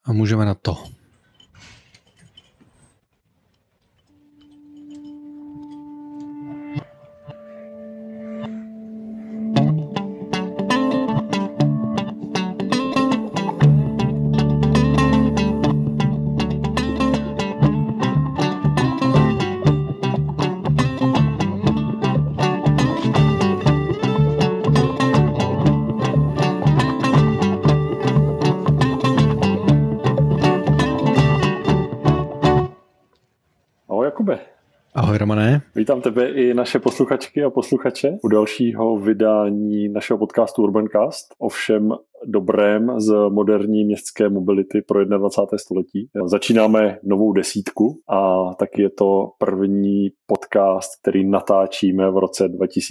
a můžeme na to. Ahoj Romane. Vítám tebe i naše posluchačky a posluchače u dalšího vydání našeho podcastu Urbancast, ovšem dobrém z moderní městské mobility pro 21. století. Začínáme novou desítku a taky je to první podcast, který natáčíme v roce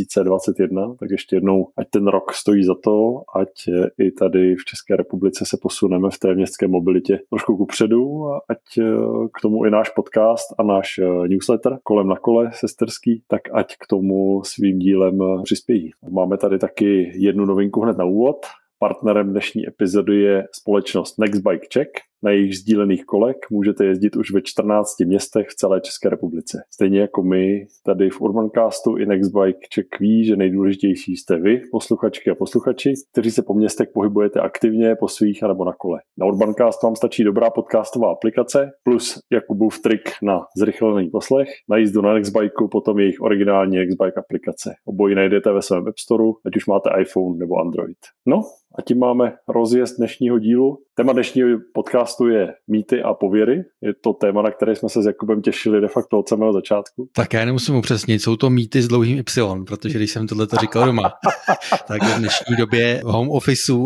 2021, tak ještě jednou, ať ten rok stojí za to, ať i tady v České republice se posuneme v té městské mobilitě trošku kupředu a ať k tomu i náš podcast a náš newsletter Kolem na kole sesterský, tak ať k tomu svým dílem přispějí. Máme tady taky jednu novinku hned na úvod. Partnerem dnešní epizody je společnost Next Bike Czech. Na jejich sdílených kolech můžete jezdit už ve 14 městech v celé České republice. Stejně jako my tady v Urbancastu i Next Bike Czech ví, že nejdůležitější jste vy, posluchačky a posluchači, kteří se po městech pohybujete aktivně po svých anebo na kole. Na Urbancast vám stačí dobrá podcastová aplikace plus Jakubův trik na zrychlený poslech, na jízdu na Nextbikeu, potom jejich originální Nextbike aplikace. Obojí najdete ve svém App Storeu, ať už máte iPhone nebo Android. No a tím máme rozjezd dnešního dílu. Téma dnešního podcastu je mýty a pověry. Je to téma, na které jsme se s Jakubem těšili de facto od samého začátku. Tak já nemusím upřesnit, jsou to mýty s dlouhým Y, protože když jsem tohleto říkal doma, tak v dnešní době home officeu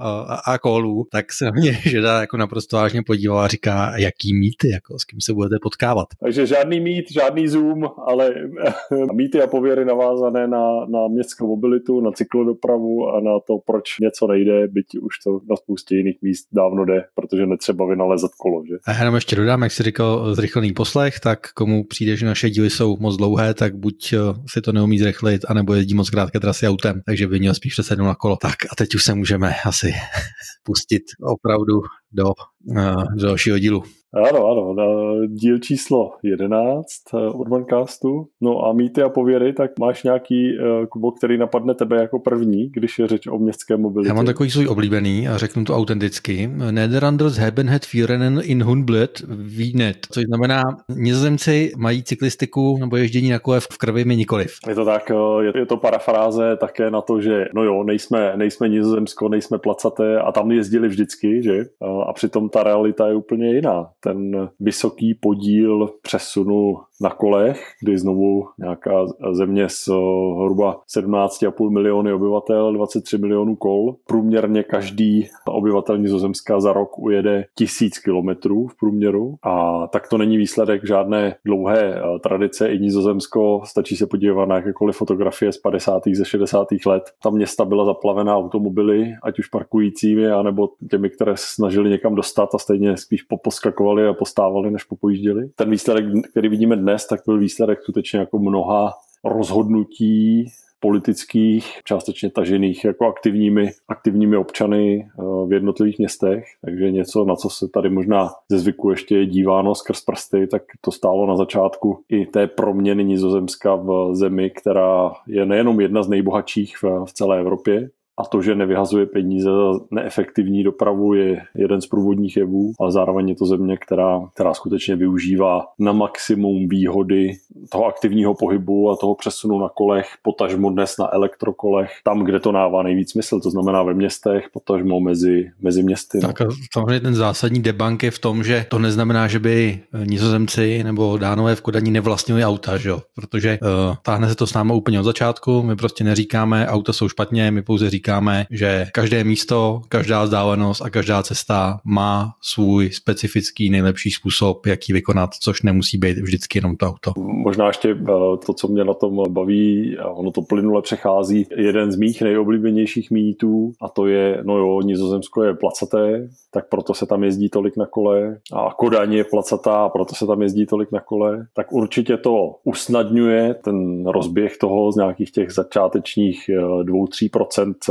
a callů, tak se na mě žena jako naprosto vážně podívala a říká, jaký mýty, jako s kým se budete potkávat. Takže žádný mýt, žádný Zoom, ale mýty a pověry navázané na městskou mobilitu, na cyklodopravu a na to, proč něco nejde, byť už to na spoustě jiných míst dávno jde, protože netřeba vynalezat kolo, že? A já jenom ještě dodám, jak jsi říkal, zrychlený poslech, tak komu přijde, že naše díly jsou moc dlouhé, tak buď si to neumí zrychlit, anebo jezdí moc krátké trasy autem, takže by měl spíš přesednout na kolo. Tak a teď už se můžeme asi pustit opravdu do dalšího dílu. Ano, díl číslo 11 Urbancastu. No a mýty a pověry, tak máš nějaký, Kubo, který napadne tebe jako první, když je řeč o městské mobilitě? Já mám takový svůj oblíbený a řeknu to autenticky. Nederlanders hebben het wielrennen in hun bloed wie-net, což znamená, Nizozemci mají cyklistiku nebo ježdění na kole v krvi, my nikoliv. Je to tak, je to parafráze také na to, že no jo, nejsme Nizozemsko, nejsme placaté a tam jezdili vždycky, že? A přitom ta realita je úplně jiná. Ten vysoký podíl přesunu na kolech, kdy znovu nějaká země s hruba 17,5 miliony obyvatel, 23 milionů kol. Průměrně každý obyvatel Nizozemska za rok ujede 1000 kilometrů v průměru a tak to není výsledek žádné dlouhé tradice. I Nizozemsko, stačí se podívat na jakékoliv fotografie z 50. ze 60. let. Ta města byla zaplavená automobily, ať už parkujícími, anebo těmi, které se snažili někam dostat a stejně spíš poskakovali a postávali, než popojížděli. Ten výsledek, který vidíme dnes, tak byl výsledek skutečně jako mnoha rozhodnutí politických, částečně tažených jako aktivními občany v jednotlivých městech. Takže něco, na co se tady možná ze zvyku ještě je díváno skrz prsty, tak to stálo na začátku i té proměny Nizozemska v zemi, která je nejenom jedna z nejbohatších v celé Evropě, a to, že nevyhazuje peníze za neefektivní dopravu, je jeden z průvodních jevů, ale zároveň je to země, která skutečně využívá na maximum výhody toho aktivního pohybu a toho přesunu na kolech, potažmo dnes na elektrokolech, tam, kde to dává nejvíc smysl, to znamená ve městech, potažmo mezi městy. Tak samozřejmě ten zásadní debunk je v tom, že to neznamená, že by Nizozemci nebo Dánové v Kodani nevlastnili auta, že jo? Protože táhne se to s námi úplně od začátku, my prostě neříkáme, auta jsou špatně, my pouze říkáme, že každé místo, každá vzdálenost a každá cesta má svůj specifický nejlepší způsob, jak ji vykonat, což nemusí být vždycky jenom to auto. Možná ještě to, co mě na tom baví, a ono to plynule přechází, jeden z mých nejoblíbenějších mýtů, a to je, no jo, Nizozemsko je placaté, tak proto se tam jezdí tolik na kole, a Kodaň je placatá, a proto se tam jezdí tolik na kole, tak určitě to usnadňuje ten rozběh toho z nějakých těch začátečních 2-3%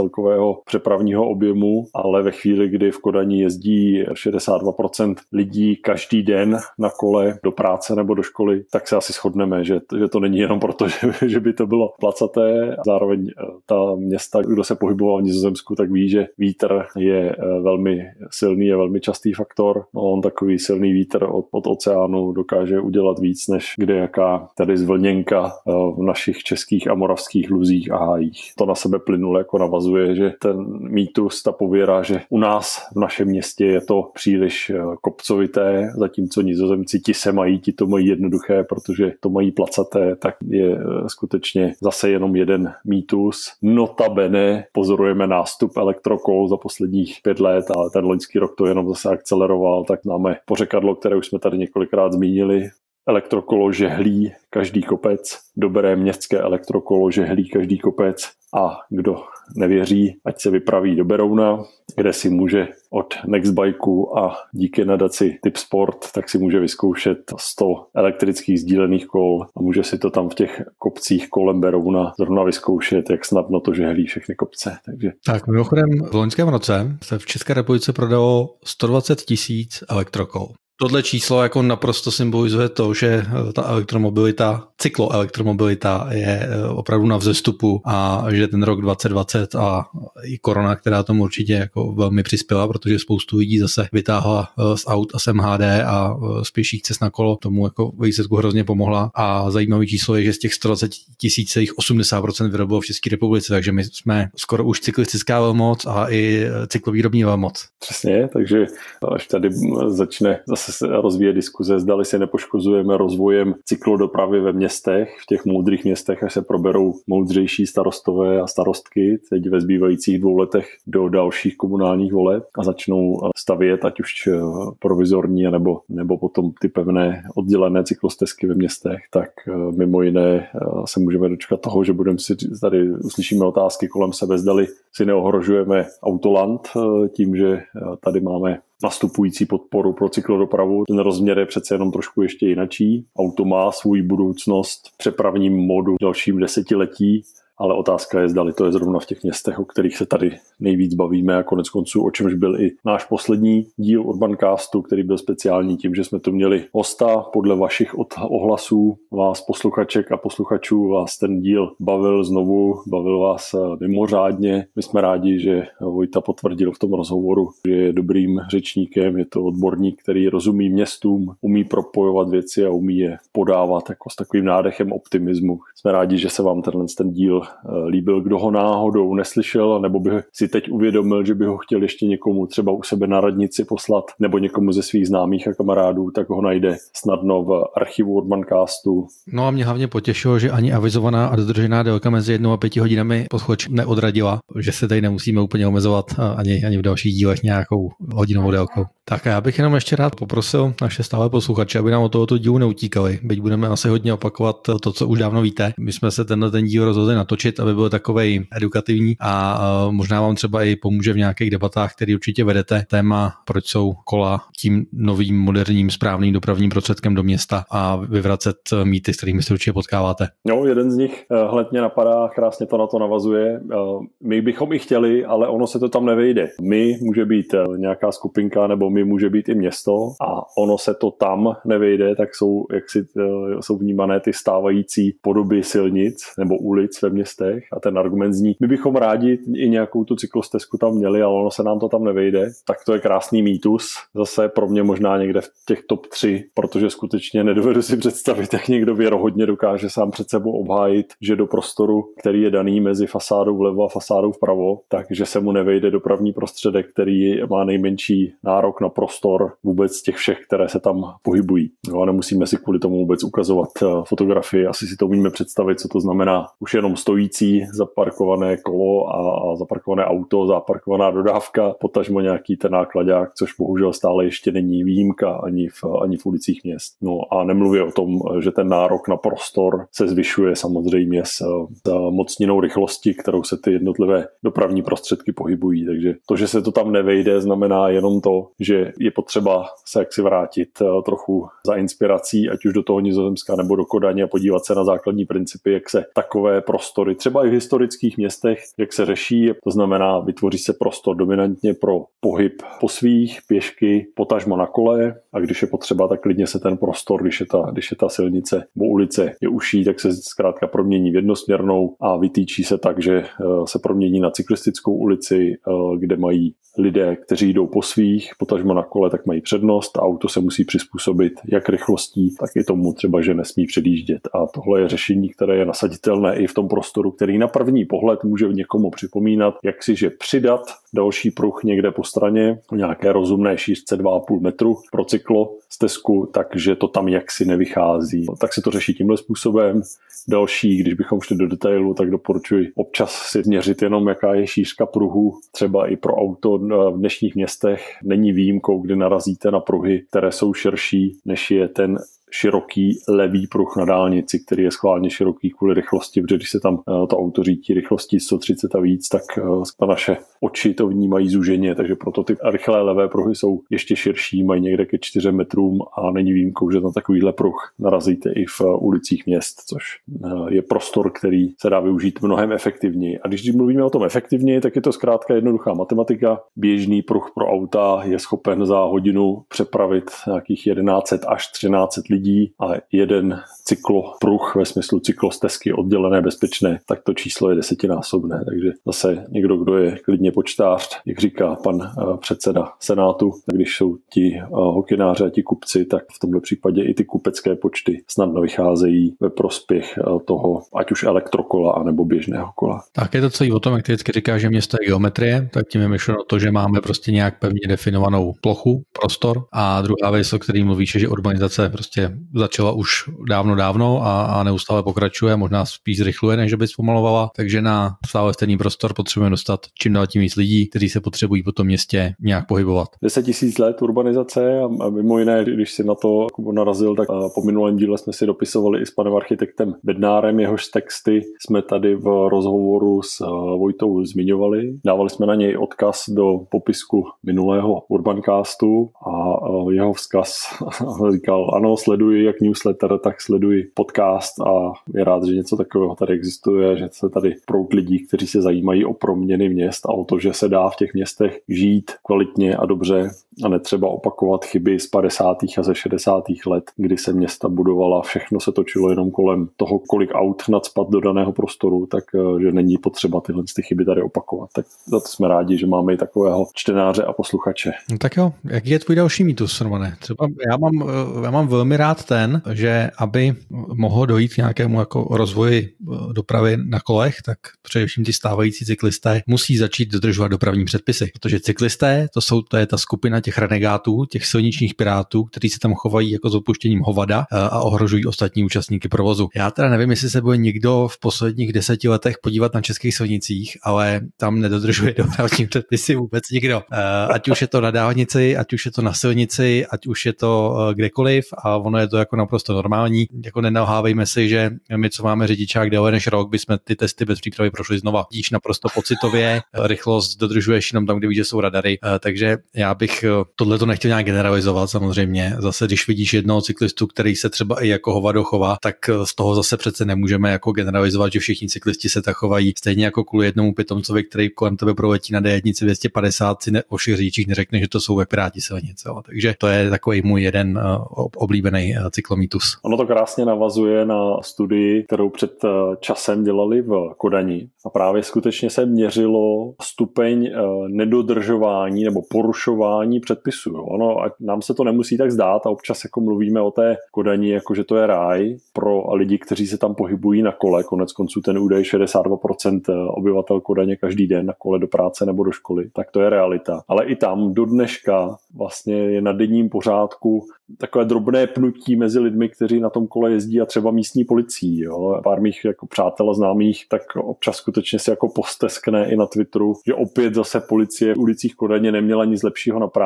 celkového přepravního objemu, ale ve chvíli, kdy v Kodani jezdí 62% lidí každý den na kole do práce nebo do školy, tak se asi shodneme, že to není jenom proto, že by to bylo placaté. Zároveň ta města, kdo se pohyboval v Nizozemsku, tak ví, že vítr je velmi silný, je velmi častý faktor. No, on takový silný vítr od oceánu dokáže udělat víc, než kdejaká tady zvlněnka v našich českých a moravských luzích a hájích. To na sebe plynule jako navazuje, že ten mýtus, ta pověra, že u nás v našem městě je to příliš kopcovité, zatímco Nizozemci ti to mají jednoduché, protože to mají placaté, tak je skutečně zase jenom jeden mýtus. Notabene pozorujeme nástup elektrokol za posledních 5 let a ten loňský rok to jenom zase akceleroval, tak máme pořekadlo, které už jsme tady několikrát zmínili. Elektrokolo žehlí každý kopec, dobré městské elektrokolo žehlí každý kopec a kdo nevěří, ať se vypraví do Berouna, kde si může od Nextbikeu a díky nadaci Tipsport, tak si může vyzkoušet 100 elektrických sdílených kol a může si to tam v těch kopcích kolem Berouna zrovna vyzkoušet, jak snadno to žehlí všechny kopce. Takže... Tak mimochodem v loňském roce se v České republice prodalo 120 000 elektrokol. Tohle číslo jako naprosto symbolizuje to, že ta elektromobilita, cykloelektromobilita je opravdu na vzestupu a že ten rok 2020 a i korona, která tomu určitě jako velmi přispěla, protože spoustu lidí zase vytáhla z aut a z MHD a z pěších cest na kolo, tomu jako výsledku hrozně pomohla a zajímavý číslo je, že z těch 120 000 jich 80% vyrobilo v České republice, takže my jsme skoro už cyklistická velmoc a i cyklovýrobní velmoc. Přesně, takže až tady začne zase se rozvíjet diskuze, zdali se nepoškozujeme rozvojem cyklodopravy ve městech, v těch moudrých městech, až se proberou moudřejší starostové a starostky teď ve zbývajících 2 letech do dalších komunálních voleb a začnou stavět ať už provizorní nebo potom ty pevné oddělené cyklostezky ve městech, tak mimo jiné se můžeme dočkat toho, že tady uslyšíme otázky kolem sebe, zdali si neohrožujeme autoland tím, že tady máme nastupující podporu pro cyklodopravu. Ten rozměr je přece jenom trošku ještě jinačí. Auto má svou budoucnost v přepravním modu v dalším desetiletí, ale otázka je, zdali to je zrovna v těch městech, o kterých se tady nejvíc bavíme a konec konců, o čemž byl i náš poslední díl Urbancastu, který byl speciální tím, že jsme tu měli hosta. Podle vašich ohlasů vás posluchaček a posluchačů vás ten díl bavil vás mimořádně. My jsme rádi, že Vojta potvrdil v tom rozhovoru, že je dobrým řečníkem, je to odborník, který rozumí městům, umí propojovat věci a umí je podávat jako s takovým nádechem optimismu. Jsme rádi, že se vám ten díl líbil. Kdo ho náhodou neslyšel, nebo by si teď uvědomil, že by ho chtěl ještě někomu třeba u sebe na radnici poslat, nebo někomu ze svých známých a kamarádů, tak ho najde snadno v archivu Urbancastu. No a mě hlavně potěšilo, že ani avizovaná a dodržená délka mezi 1 a 5 hodinami posluchač neodradila, že se tady nemusíme úplně omezovat ani v dalších dílech nějakou hodinovou délkou. Tak a já bych jenom ještě rád poprosil naše stále posluchače, aby nám od tohoto dílu neutíkali, byť budeme asi hodně opakovat to, co už dávno víte. My jsme se ten díl rozhodli natočit, aby byl takovej edukativní a možná vám třeba i pomůže v nějakých debatách, které určitě vedete. Téma, proč jsou kola tím novým, moderním, správným dopravním prostředkem do města a vyvracet mýty, s kterými se určitě potkáváte. No, jeden z nich hned mě napadá, krásně to na to navazuje. My bychom i chtěli, ale ono se to tam nevejde. My může být nějaká skupinka, nebo my může být i město a ono se to tam nevejde, tak jsou vnímané ty stávající podoby silnic nebo ulic ve městech a ten argument zní, my bychom rádi i nějakou tu cyklostezku tam měli, ale ono se nám to tam nevejde, tak to je krásný mýtus. Zase pro mě možná někde v těch top 3, protože skutečně nedovedu si představit, jak někdo věrohodně dokáže sám před sebou obhájit, že do prostoru, který je daný mezi fasádou vlevo a fasádou vpravo, takže se mu nevejde dopravní prostředek, který má nejmenší nárok na prostor vůbec z těch všech, které se tam pohybují. No a nemusíme si kvůli tomu vůbec ukazovat fotografii, asi si to umíme představit, co to znamená už jenom stojící zaparkované kolo a zaparkované auto, zaparkovaná dodávka, potažmo nějaký ten nákladák, což bohužel stále ještě není výjimka ani v ulicích měst. No a nemluvě o tom, že ten nárok na prostor se zvyšuje samozřejmě s mocninou rychlosti, kterou se ty jednotlivé dopravní prostředky pohybují. Takže to, že se to tam nevejde, znamená jenom to, že že je potřeba se jaksi vrátit trochu za inspirací, ať už do toho Nizozemska nebo do Kodaně a podívat se na základní principy, jak se takové prostory, třeba i v historických městech, jak se řeší. To znamená, vytvoří se prostor dominantně pro pohyb po svých, pěšky, potažmo na kole, a když je potřeba, tak klidně se ten prostor, když je ta silnice nebo ulice je uší, tak se zkrátka promění v jednosměrnou a vytýčí se tak, že se promění na cyklistickou ulici, kde mají lidé, kteří jdou po svých, potažmo na kole, tak mají přednost a auto se musí přizpůsobit jak rychlostí, tak i tomu třeba, že nesmí předjíždět. A tohle je řešení, které je nasaditelné i v tom prostoru, který na první pohled může někomu připomínat, jak si, že přidat další pruh někde po straně, nějaké rozumné šířce 2,5 metru pro cyklostezku, takže to tam jaksi nevychází. Tak se to řeší tímhle způsobem. Další, když bychom šli do detailu, tak doporučuji občas si změřit jenom, jaká je šířka pruhu, třeba i pro auto v dnešních městech. Není výjimkou, kdy narazíte na pruhy, které jsou širší, než je ten široký levý pruh na dálnici, který je schválně široký kvůli rychlosti, protože když se tam to auto řítí rychlostí 130 a víc, tak ta naše oči to vnímají zúženě, takže proto ty rychlé levé pruhy jsou ještě širší, mají někde ke 4 metrům a není výjimkou, že na takovýhle pruh narazíte i v ulicích měst, což je prostor, který se dá využít mnohem efektivněji. A když mluvíme o tom efektivněji, tak je to zkrátka jednoduchá matematika. Běžný pruh pro auta je schopen za hodinu přepravit nějakých 1100 až 1300 lidí a jeden cyklopruh ve smyslu cyklostezky oddělené bezpečné, tak to číslo je 10násobné. Takže zase někdo, kdo je klidně počtář, jak říká pan předseda Senátu, když jsou ti hokynáři a ti kupci, tak v tomto případě i ty kupecké počty snadno vycházejí ve prospěch toho, ať už elektrokola anebo běžného kola. Tak je to celý o tom, jak ty vždycky říká, že město je geometrie, tak tím je myšleno to, že máme prostě nějak pevně definovanou plochu, prostor, a druhá věc, o který mluvíš, je, že urbanizace prostě začala už dávno a neustále pokračuje, možná spíš zrychluje, než by zpomalovala, takže na stále stejný prostor potřebujeme dostat čím dál tím víc lidí, kteří se potřebují po tom městě nějak pohybovat. 10 000 let urbanizace a mimo jiné, když si na to narazil, tak po minulém díle jsme si dopisovali i s panem architektem Bednárem, jehož texty jsme tady v rozhovoru s Vojtou zmiňovali. Dávali jsme na něj odkaz do popisku minulého Urbancastu a jeho vzkaz říkal, ano, sleduji jak newsletter, tak sleduji podcast a je rád, že něco takového tady existuje, že se tady proud lidí, kteří se zajímají o proměny měst a o to, že se dá v těch městech žít kvalitně a dobře a netřeba opakovat chyby z 50. a ze 60. let, kdy se města budovala, všechno se točilo jenom kolem toho, kolik aut nacpat do daného prostoru, tak že není potřeba tyhle chyby tady opakovat. Tak za to jsme rádi, že máme i takového čtenáře a posluchače. No tak jo, jaký je tvůj další mýtus, Romane? Třeba já mám velmi rád ten, že aby mohlo dojít k nějakému jako rozvoji dopravy na kolech, tak především ty stávající cyklisté musí začít dodržovat dopravní předpisy, protože cyklisté, to je ta skupina těch renegátů, těch silničních pirátů, kteří se tam chovají jako s odpuštěním hovada a ohrožují ostatní účastníky provozu. Já teda nevím, jestli se bude někdo v posledních 10 letech podívat na českých silnicích, ale tam nedodržuje dopravní předpisy vůbec nikdo. Ať už je to na dálnici, ať už je to na silnici, ať už je to kdekoliv, a ono je to jako naprosto normální. Jako nenahávejme si, že my, co máme řidičák déle než rok, bychom ty testy bez přípravy prošli znova. Díš naprosto pocitově, rychlost dodržuješ jenom tam, kde víš, že jsou radary, takže já bych tohle to nechtěl nějak generalizovat samozřejmě. Zase, když vidíš jednoho cyklistu, který se třeba i jako hovado chová, tak z toho zase přece nemůžeme jako generalizovat, že všichni cyklisti se tak chovají. Stejně jako kvůli jednomu pitomcovi, který kolem tebe proletí na D1 250, si o všech řidičích neřekne, že to jsou piráti silnice. Takže to je takový můj jeden oblíbený cyklomýtus. Ono to krásně navazuje na studii, kterou před časem dělali v Kodani. A právě skutečně se měřilo stupeň nedodržování nebo porušování předpisů. Ono, nám se to nemusí tak zdát a občas jako mluvíme o té Kodani, jako že to je ráj pro lidi, kteří se tam pohybují na kole. Konec konců ten údaj 62% obyvatel Kodaně každý den na kole do práce nebo do školy. Tak to je realita. Ale i tam do dneška vlastně je na denním pořádku takové drobné pnutí mezi lidmi, kteří na tom kole jezdí a třeba místní policií. Jo. Pár mých jako přátel a známých tak občas skutečně si jako posteskne i na Twitteru, že opět zase policie v ulicích Kodaně neměla nic lepšího na práci,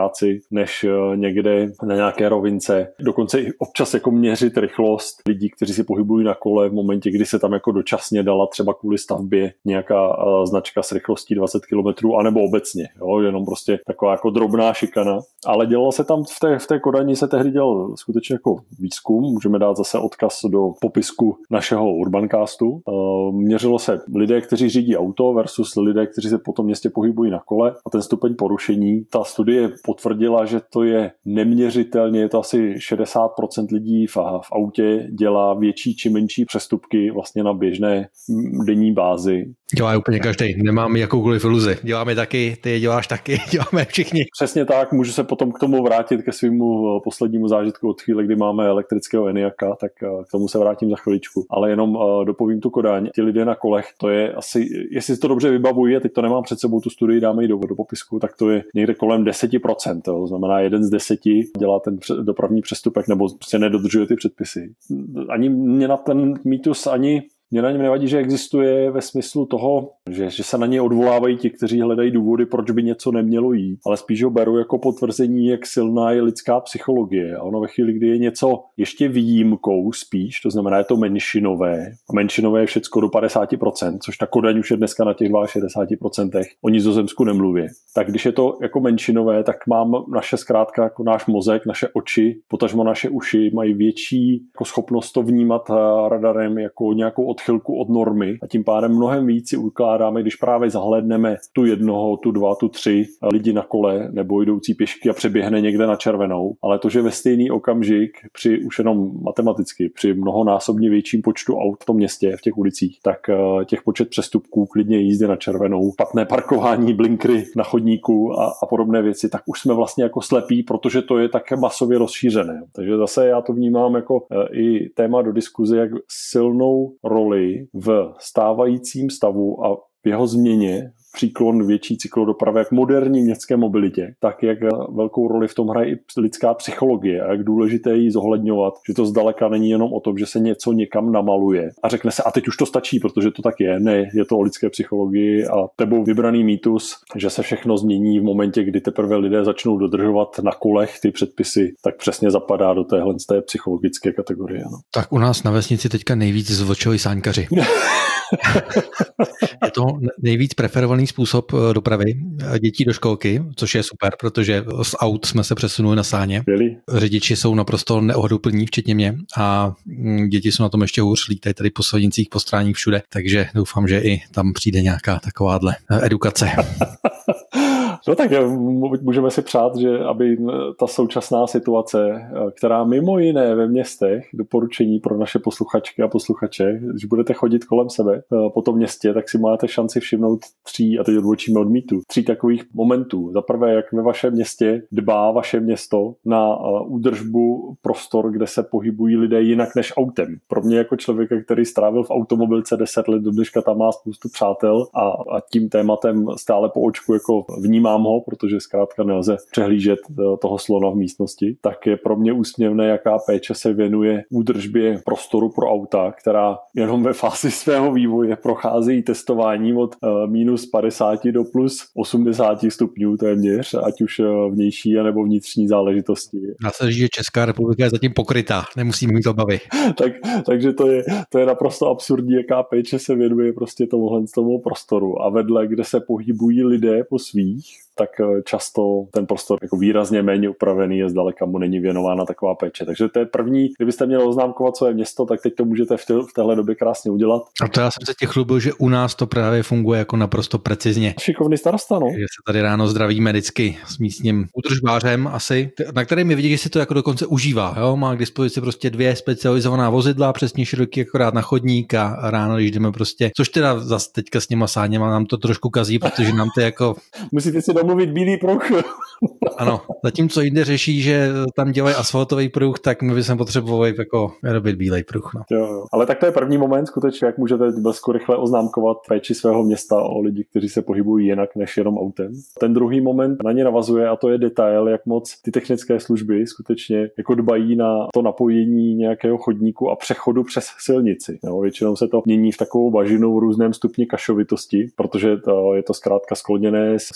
práci, než někde na nějaké rovince. Dokonce i občas jako měřit rychlost lidí, kteří si pohybují na kole v momentě, kdy se tam jako dočasně dala třeba kvůli stavbě nějaká značka s rychlostí 20 km, anebo obecně, jo, jenom prostě taková jako drobná šikana. Ale dělalo se tam v té Kodani se tehdy dělal skutečně jako výzkum, můžeme dát zase odkaz do popisku našeho Urbancastu. Měřilo se lidé, kteří řídí auto versus lidé, kteří se po tom městě pohybují na kole a ten stupeň porušení. Ta studie potvrdila, že to je neměřitelně, je to asi 60% lidí v autě dělá větší či menší přestupky vlastně na běžné denní bázi. Dělá úplně každý, nemám jakoukoliv iluzi. Děláme taky, ty je děláš taky, děláme všichni. Přesně tak, můžu se potom k tomu vrátit ke svému poslednímu zážitku od chvíle, kdy máme elektrického Enyaka, tak k tomu se vrátím za chviličku. Ale jenom dopovím tu Kodaň. Ti lidé na kolech, to je asi, jestli si to dobře vybavuji, a teď to nemám před sebou tu studii, dáme ji do popisku, tak to je někde kolem 10%. To znamená 1 z 10 dělá ten dopravní přestupek nebo prostě nedodržuje ty předpisy. Ani mě na ten mýtus mě na něm nevadí, že existuje ve smyslu toho, že se na něj odvolávají ti, kteří hledají důvody, proč by něco nemělo jít, ale spíš ho beru jako potvrzení, jak silná je lidská psychologie. A ono ve chvíli, kdy je něco ještě výjimkou spíš, to znamená, je to menšinové. A menšinové je všecko do 50%, což ta Kodaň už je dneska na těch 62%. O Nizozemsku nemluví. Tak když je to jako menšinové, tak mám naše zkrátka jako náš mozek, naše oči, potažmo naše uši mají větší jako schopnost to vnímat radarem jako nějakou odchylku od normy a tím pádem mnohem víc si ukládáme, když právě zahlédneme tu jednoho, tu dva, tu tři lidi na kole nebo jdoucí pěšky a přeběhne někde na červenou, ale to, že ve stejný okamžik při už jenom matematicky, při mnohonásobně větším počtu aut v tom městě, v těch ulicích, tak těch počet přestupků, klidně jízdy na červenou, špatné parkování, blinkry na chodníku a podobné věci, tak už jsme vlastně jako slepí, protože to je také masově rozšířené. Takže zase já to vnímám jako i téma do diskuze, jak silnou roli v stávajícím stavu a v jeho změně příklon větší cyklodopravy, jak moderní městské mobilitě, tak jak velkou roli v tom hraje i lidská psychologie a jak důležité ji zohledňovat, že to zdaleka není jenom o tom, že se něco někam namaluje a řekne se, a teď už to stačí, protože to tak je. Ne, je to o lidské psychologii a tebou vybraný mýtus, že se všechno změní v momentě, kdy teprve lidé začnou dodržovat na kolech ty předpisy, tak přesně zapadá do téhle psychologické kategorie. No. Tak u nás na vesnici teďka nejvíc zvlčeli sáňkaři. Je to nejvíc preferovaný způsob dopravy dětí do školky, což je super, protože z aut jsme se přesunuli na sáně. Řidiči jsou naprosto neohleduplní, včetně mě, a děti jsou na tom ještě hůř, lítají tady po silnicích, po stráních všude, takže doufám, že i tam přijde nějaká takováhle edukace. No tak můžeme si přát, že aby ta současná situace, která mimo jiné ve městech, doporučení pro naše posluchačky a posluchače, když budete chodit kolem sebe po tom městě, tak si máte šanci všimnout 3, a teď odbočíme od mýtu, 3 takových momentů. Za prvé, jak ve vašem městě dbá vaše město na údržbu prostor, kde se pohybují lidé jinak než autem. Pro mě jako člověka, který strávil v automobilce 10 let, do dneška tam má spoustu přátel a tím tématem stále po očku jako vnímám ho, protože zkrátka nelze přehlížet toho slona v místnosti, tak je pro mě úsměvné, jaká péče se věnuje údržbě prostoru pro auta, která jenom ve fázi svého vývoje prochází testováním od minus 50 do plus 80 stupňů téměř, ať už vnější anebo vnitřní záležitosti. Dá se říct, že Česká republika je zatím pokrytá, nemusíme mít obavy. Takže to je naprosto absurdní, jaká péče se věnuje prostě tomu prostoru. A vedle, kde se pohybují lidé po svých, tak často ten prostor jako výrazně méně upravený je, zdaleka mu není věnována taková péče. Takže to je první, kdybyste měli oznámkovat své město, tak teď to můžete v téhle době krásně udělat. A to já jsem se těch chlubil, že u nás to právě funguje jako naprosto precizně. Šikovný starosta, no. Že se tady ráno zdravíme vždycky s místním údržbářem asi, na kterém je vidět, že si to jako dokonce užívá. Jo? Má k dispozici prostě 2 specializovaná vozidla, přesně široký akorát na chodník a ráno, když jdeme prostě, což teda zase teďka s těma sáněma nám to trošku kazí, protože nám to jako... Musíte si domluvit bílý pruh. Ano, zatímco jinde řeší, že tam dělají asfaltový pruh, tak my bychom potřebovali jako vyrobit bílej pruh. No. Jo. Ale tak to je první moment, skutečně, jak můžete blesku rychle oznámkovat péči svého města o lidi, kteří se pohybují jinak než jenom autem. Ten druhý moment na ně navazuje a to je detail, jak moc ty technické služby skutečně jako dbají na to napojení nějakého chodníku a přechodu přes silnici. Jo, většinou se to mění v takovou bažinu v různém stupni kašovitosti, protože je to zkrátka skloněné, stéká to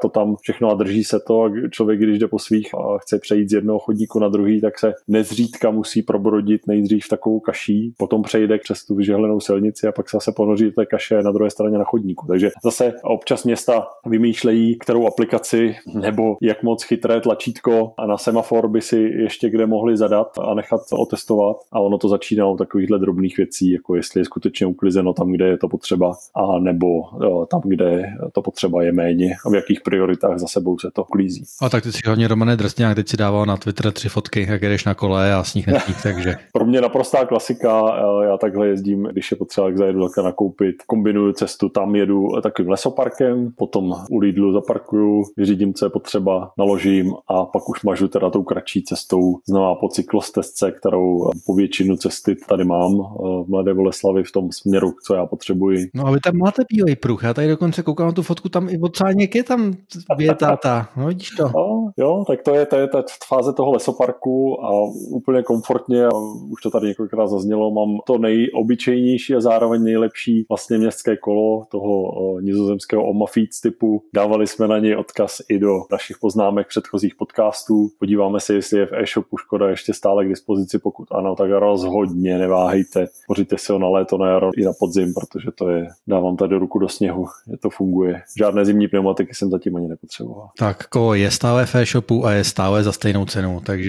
to tam všechno a drží se to a člověk, když jde po svých a chce přejít z jednoho chodníku na druhý, tak se nezřídka musí probrodit nejdřív takovou kaší, potom přejde přes tu vyžehlenou silnici a pak se zase ponoří do té kaše na druhé straně na chodníku. Takže zase občas města vymýšlejí, kterou aplikaci nebo jak moc chytré tlačítko a na semafor by si ještě kde mohli zadat a nechat otestovat a ono to začíná u takovýchhle drobných věcí, jako jestli je skutečně uklizeno tam, kde je to potřeba a nebo tam, kde to potřeba je méně a v jakých prioritách za sebou se to uklízí. A tak ty si hlavně, Romane Drsňák, teď si dával na Twitter 3 fotky, jak jedeš na kole a sníh nesníh, takže. Pro mě naprostá klasika, já takhle jezdím, když je potřeba, jak zajedu takhle nakoupit, kombinuju cestu, tam jedu takovým lesoparkem, potom u Lidlu zaparkuju, vyřídím, co je potřeba, naložím a pak už mažu teda tou kratší cestou znova po cyklostezce, kterou po většinu cesty tady mám v Mladé Boleslavi v tom směru, co já potřebuji. No a vy tam máte bílej pruh, já tady dokonce koukám na tu fotku, tam i odsáněk je tam větáta, no vidíš to. No, jo, tak to je ta fáze toho lesoparku a úplně komfortně, a už to tady několikrát zaznělo, mám to nejobyčejnější a zároveň nejlepší vlastně městské kolo toho nizozemského Oma Fiets typu. Dávali jsme na něj odkaz i do našich poznámek předchozích podcastů. Podíváme se, jestli je v e-shopu Škoda ještě stále k dispozici, pokud ano, tak rozhodně neváhejte. Pořiďte si ho na léto, na jaro i na podzim, protože to je, dávám tady ruku do sněhu, to funguje. Žádné zimní pneumatiky jsem zatím ani nepotřeboval. Tak kolo je stále v e-shopu a je stále za stejnou cenu, takže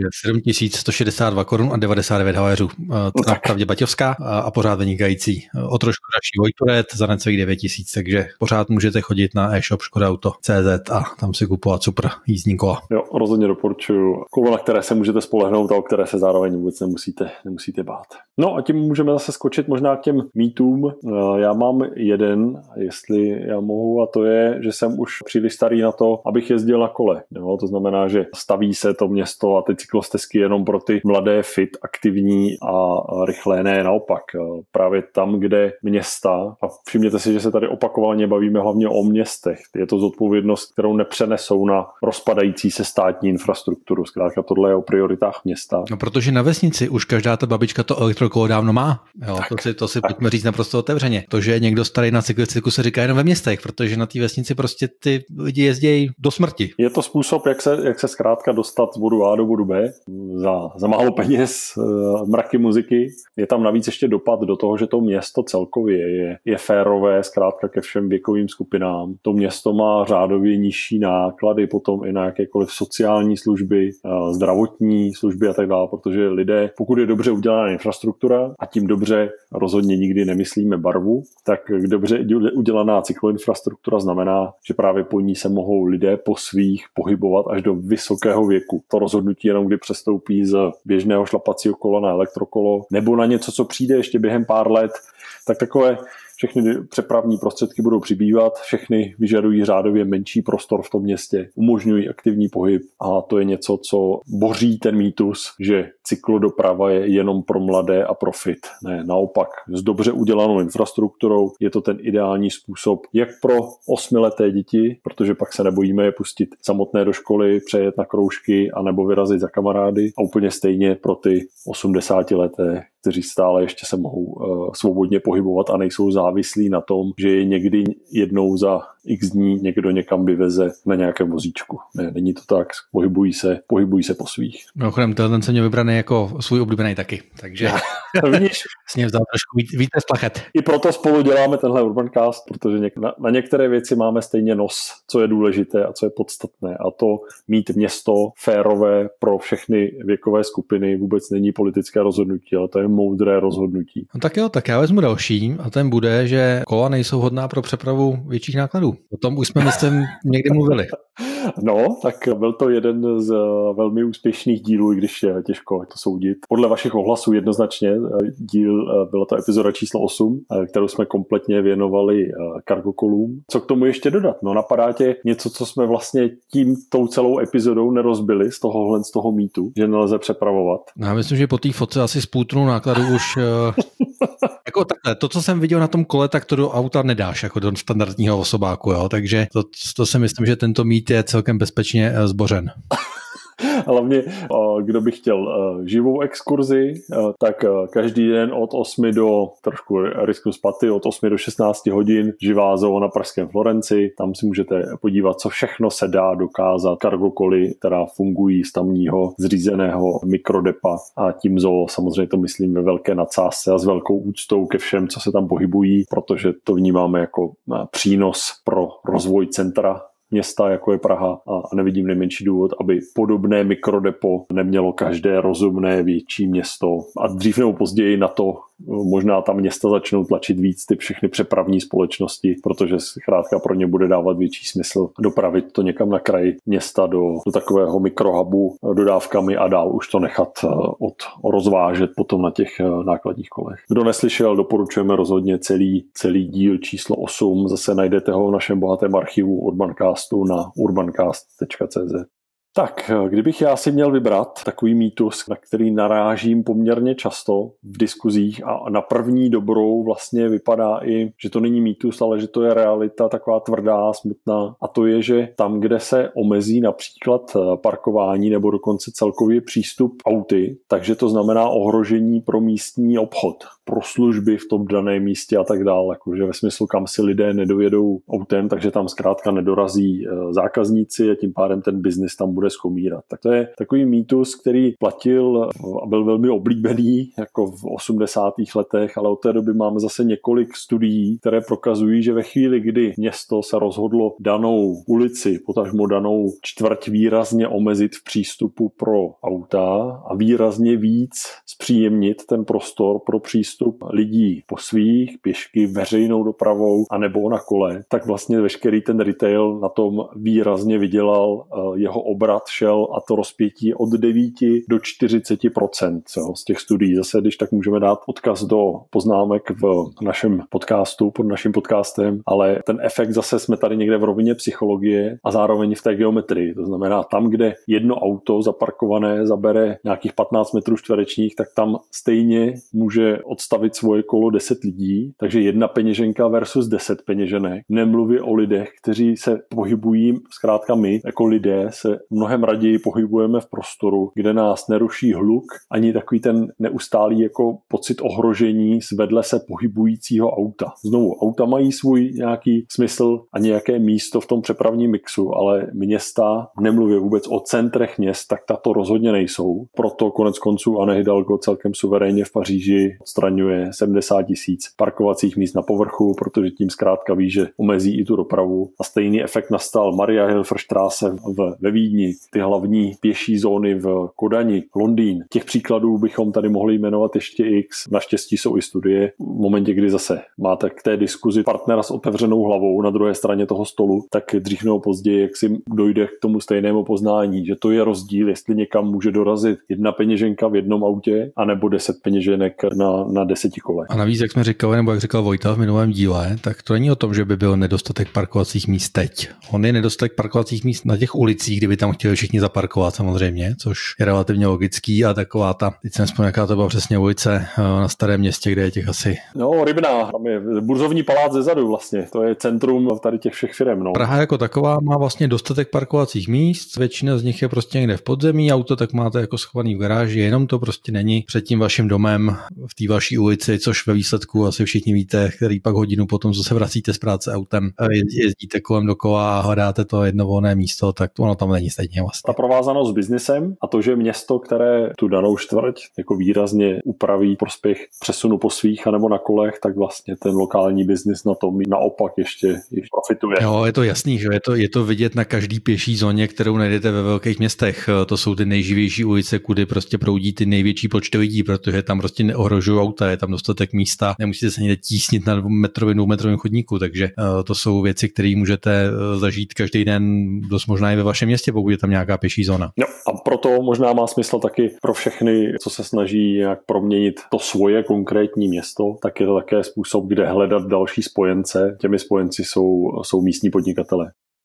7162 korun a 99 haléřů. Cena pravdě baťovská a pořád vynikající. O trošku dražší Vojturet za necelých 9000, takže pořád můžete chodit na e-shop škodaauto.cz a tam si kupovat super jízdní kola. Jo, rozhodně doporučuju. Kolo, na které se můžete spolehnout a o které se zároveň vůbec nemusíte bát. No a tím můžeme zase skočit možná k těm mýtům. Já mám jeden, jestli já mohu, a to je, že jsem už příliš starý na to, abych jezdil na kole. Jo, to znamená, že staví se to město a ty cyklostezky jenom pro ty mladé, fit, aktivní a rychlé, ne naopak. Právě tam, kde města, a všimněte si, že se tady opakovaně bavíme hlavně o městech, je to zodpovědnost, kterou nepřenesou na rozpadající se státní infrastrukturu. Zkrátka tohle je o prioritách města. No protože na vesnici už každá ta babička to elektrokolo dávno má. Jo, to si pojďme říct naprosto otevřeně. To, že je někdo starý na cyklistiku, se říká jenom ve městech, protože na té vesnici prostě ty lidi jezdí do smrti. Je to způsob, jak se zkrátka dostat z bodu A do bodu B za málo peněz, mraky muziky. Je tam navíc ještě dopad do toho, že to město celkově je férové zkrátka ke všem věkovým skupinám. To město má řádově nižší náklady potom i na jakékoliv sociální služby, zdravotní služby a tak dále, protože lidé, pokud je dobře udělaná infrastruktura, a tím dobře rozhodně nikdy nemyslíme barvu, tak dobře udělaná cykloinfrastruktura znamená, že právě po ní se mohou lidé po svých pohybovat až do vysokého věku. To rozhodnutí jenom kdy přestoupí z běžného šlapacího kola na elektrokolo nebo na něco, co přijde ještě během pár let, tak takové všechny přepravní prostředky budou přibývat, všechny vyžadují řádově menší prostor v tom městě, umožňují aktivní pohyb a to je něco, co boří ten mýtus, že cyklodoprava je jenom pro mladé a pro fit. Ne, naopak, s dobře udělanou infrastrukturou je to ten ideální způsob, jak pro 8leté děti, protože pak se nebojíme je pustit samotné do školy, přejet na kroužky a nebo vyrazit za kamarády a úplně stejně pro ty 80leté, kteří stále ještě se mohou svobodně pohybovat a nejsou závislí na tom, že je někdy jednou za x dní někdo někam vyveze na nějakém vozíčku. Ne, není to tak, pohybují se po svých. Mimochodem, ten jsem měl vybraný jako svůj oblíbený taky, takže vidíš, s ním vzal trošku víte splachet. I proto spolu děláme tenhle Urbancast, protože na některé věci máme stejně nos, co je důležité a co je podstatné, a to mít město férové pro všechny věkové skupiny vůbec není politické rozhodnutí, ale to je moudré rozhodnutí. No tak jo, tak já vezmu další a ten bude, že kola nejsou hodná pro přepravu větších nákladů. O tom už jsme myslím někdy mluvili. No, tak byl to jeden z velmi úspěšných dílů, i když je těžko to soudit. Podle vašich ohlasů jednoznačně byla to epizoda číslo 8, kterou jsme kompletně věnovali kargokolům. Co k tomu ještě dodat? No, napadá tě něco, co jsme vlastně tou celou epizodou nerozbili z toho mýtu, že nelze přepravovat? No, já myslím, že po té fotce asi z půl tunu nákladu už... Jako takhle, to, co jsem viděl na tom kole, tak to do auta nedáš, jako do standardního osobáku, jo? Takže to si myslím, že tento mýt je celkem bezpečně zbořen. Hlavně, kdo by chtěl živou exkurzi, tak každý den od 8 do, trošku risknu spaty, od 8 do 16 hodin živá zoo na pražském Florenci. Tam si můžete podívat, co všechno se dá dokázat. Cargokoly, která fungují z tamního zřízeného mikrodepa a tím zoo samozřejmě to myslím ve velké nadsázce a s velkou úctou ke všem, co se tam pohybují, protože to vnímáme jako přínos pro rozvoj centra města, jako je Praha, a nevidím nejmenší důvod, aby podobné mikrodepo nemělo každé rozumné větší město. A dřív nebo později na to možná ta města začnou tlačit víc ty všechny přepravní společnosti, protože zkrátka pro ně bude dávat větší smysl dopravit to někam na kraji města do takového mikrohubu dodávkami a dál už to nechat rozvážet potom na těch nákladních kolech. Kdo neslyšel, doporučujeme rozhodně celý díl číslo 8. Zase najdete ho v našem bohatém archivu Urbancastu na urbancast.cz. Tak, kdybych já si měl vybrat takový mýtus, na který narážím poměrně často v diskuzích a na první dobrou vlastně vypadá i, že to není mýtus, ale že to je realita taková tvrdá, smutná, a to je, že tam, kde se omezí například parkování nebo dokonce celkově přístup auty, takže to znamená ohrožení pro místní obchod, pro služby v tom daném místě a tak dále, jakože ve smyslu, kam si lidé nedojedou autem, takže tam zkrátka nedorazí zákazníci a tím pádem ten biznis tam bude skomírat. Tak to je takový mýtus, který platil a byl velmi oblíbený jako v 80. letech, ale od té doby máme zase několik studií, které prokazují, že ve chvíli, kdy město se rozhodlo danou ulici, potažmo danou čtvrť výrazně omezit v přístupu pro auta a výrazně víc zpříjemnit ten prostor pro přístup lidí po svých, pěšky, veřejnou dopravou a nebo na kole, tak vlastně veškerý ten retail na tom výrazně vydělal, jeho obrat šel a to rozpětí od 9 do 40% z těch studií. Zase, když tak můžeme dát odkaz do poznámek v našem podcastu, pod naším podcastem, ale ten efekt zase jsme tady někde v rovině psychologie a zároveň v té geometrii. To znamená, tam, kde jedno auto zaparkované zabere nějakých 15 metrů čtverečních, tak tam stejně může odstavit svoje kolo 10 lidí, takže jedna peněženka versus 10 peněženek. Nemluvě o lidech, kteří se pohybují, zkrátka my, jako lidé, se mnohem raději pohybujeme v prostoru, kde nás neruší hluk, ani takový ten neustálý jako pocit ohrožení z vedle se pohybujícího auta. Znovu, auta mají svůj nějaký smysl a nějaké místo v tom přepravním mixu, ale města, nemluvě vůbec o centrech měst, tak tato rozhodně nejsou. Proto konec konců Anne Hidalgo celkem suverénně v Paříži odstraňuje 70 000 parkovacích míst na povrchu, protože tím zkrátka ví, že omezí i tu dopravu. A stejný efekt nastal Mariahilferstraße ve Vídni, ty hlavní pěší zóny v Kodani, Londýn. Těch příkladů bychom tady mohli jmenovat ještě x. Naštěstí jsou i studie. V momentě, kdy zase máte k té diskuzi partnera s otevřenou hlavou na druhé straně toho stolu, tak dřív nebo později, jak si dojde k tomu stejnému poznání, že to je rozdíl, jestli někam může dorazit jedna peněženka v jednom autě, anebo 10 peněženek na 10 kolech. A navíc, jak jsme říkali, nebo jak říkal Vojta v minulém díle, tak to není o tom, že by byl nedostatek parkovacích míst teď. On je nedostatek parkovacích míst na těch ulicích, kdyby tam chtěli všichni zaparkovat samozřejmě, což je relativně logický, a taková ta, teď jsem vzpomněl, jaká to byla přesně ulice na Starém Městě, kde je těch asi... No, Rybná, tam je burzovní palác zezadu vlastně, to je centrum tady těch všech firem. No. Praha jako taková má vlastně dostatek parkovacích míst, většina z nich je prostě někde v podzemí, auto tak máte jako schovaný v garáži, jenom to prostě není před tím vaším domem v té vaší ulici, což ve výsledku asi všichni víte, který pak hodinu potom, co se vracíte z práce autem, jezdíte kolem dokola a hledáte to jedno volné místo, tak ono tam není stejně vlastně. Ta provázanost s biznisem a to, že město, které tu danou čtvrť jako výrazně upraví prospěch přesunu po svých anebo na kolech, tak vlastně ten lokální biznis na tom naopak ještě profituje. Jo, je to jasný, že je to vidět na každý pěší zóně, kterou najdete ve velkých městech. To jsou ty nejživější ulice, kudy prostě proudí ty největší počty lidí, protože tam prostě neohrožují auta, je tam dostatek místa, nemusíte se někde tísnit na dvoumetrovém chodníku, takže to jsou věci, které můžete zažít každý den, dost možná i ve vašem městě, pokud je tam nějaká pěší zóna. Jo, a proto možná má smysl taky pro všechny, co se snaží nějak proměnit to svoje konkrétní město, tak je to také způsob, kde hledat další spojence. Těmi spojenci jsou místní podnikatelé.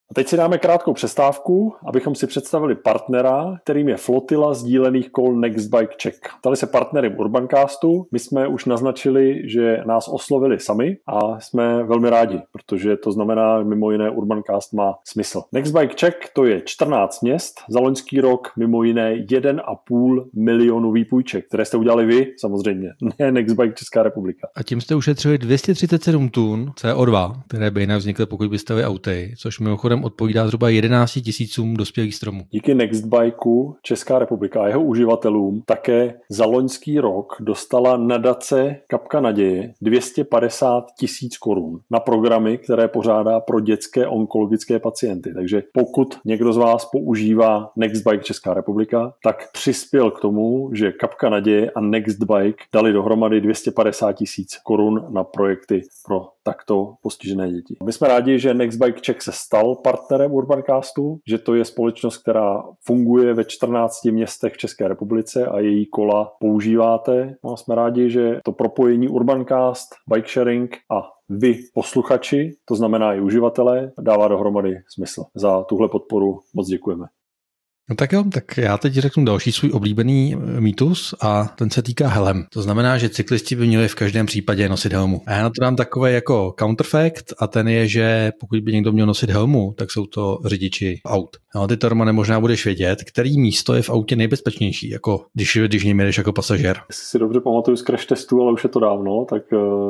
A teď si dáme krátkou přestávku, abychom si představili partnera, kterým je flotila sdílených kol Nextbike Czech. Stali se partnery Urbancastu, my jsme už naznačili, že nás oslovili sami a jsme velmi rádi, protože to znamená, mimo jiné Urbancast má smysl. Nextbike Czech to je 14 měst, za loňský rok mimo jiné 1,5 milionu výpůjček, které jste udělali vy, samozřejmě, ne Nextbike Česká republika. A tím jste ušetřili 237 tun CO2, které by jinak vznikly, pokud byste jeli auty, což mimochodem odpovídá zhruba 11 000 dospělých stromů. Díky Nextbikeu Česká republika a jeho uživatelům také za loňský rok dostala nadace Kapka naděje 250 000 korun na programy, které pořádá pro dětské onkologické pacienty. Takže pokud někdo z vás používá Nextbike Česká republika, tak přispěl k tomu, že Kapka naděje a Nextbike dali dohromady 250 000 korun na projekty pro takto postižené děti. My jsme rádi, že Nextbike Czech se stal partnerem Urbancastu, že to je společnost, která funguje ve 14 městech v České republice a její kola používáte. No a jsme rádi, že to propojení Urbancast, bike sharing a vy posluchači, to znamená i uživatelé, dává dohromady smysl. Za tuhle podporu moc děkujeme. No tak jo, tak já teď řeknu další svůj oblíbený mýtus a ten se týká helem. To znamená, že cyklisti by měli v každém případě nosit helmu. A já na to dám takový jako counterfact a ten je, že pokud by někdo měl nosit helmu, tak jsou to řidiči aut. No, ty to, Romane, možná budeš vědět, který místo je v autě nejbezpečnější, jako když něm jedeš jako pasažér. Jestli si dobře pamatuju z crash testu, ale už je to dávno, tak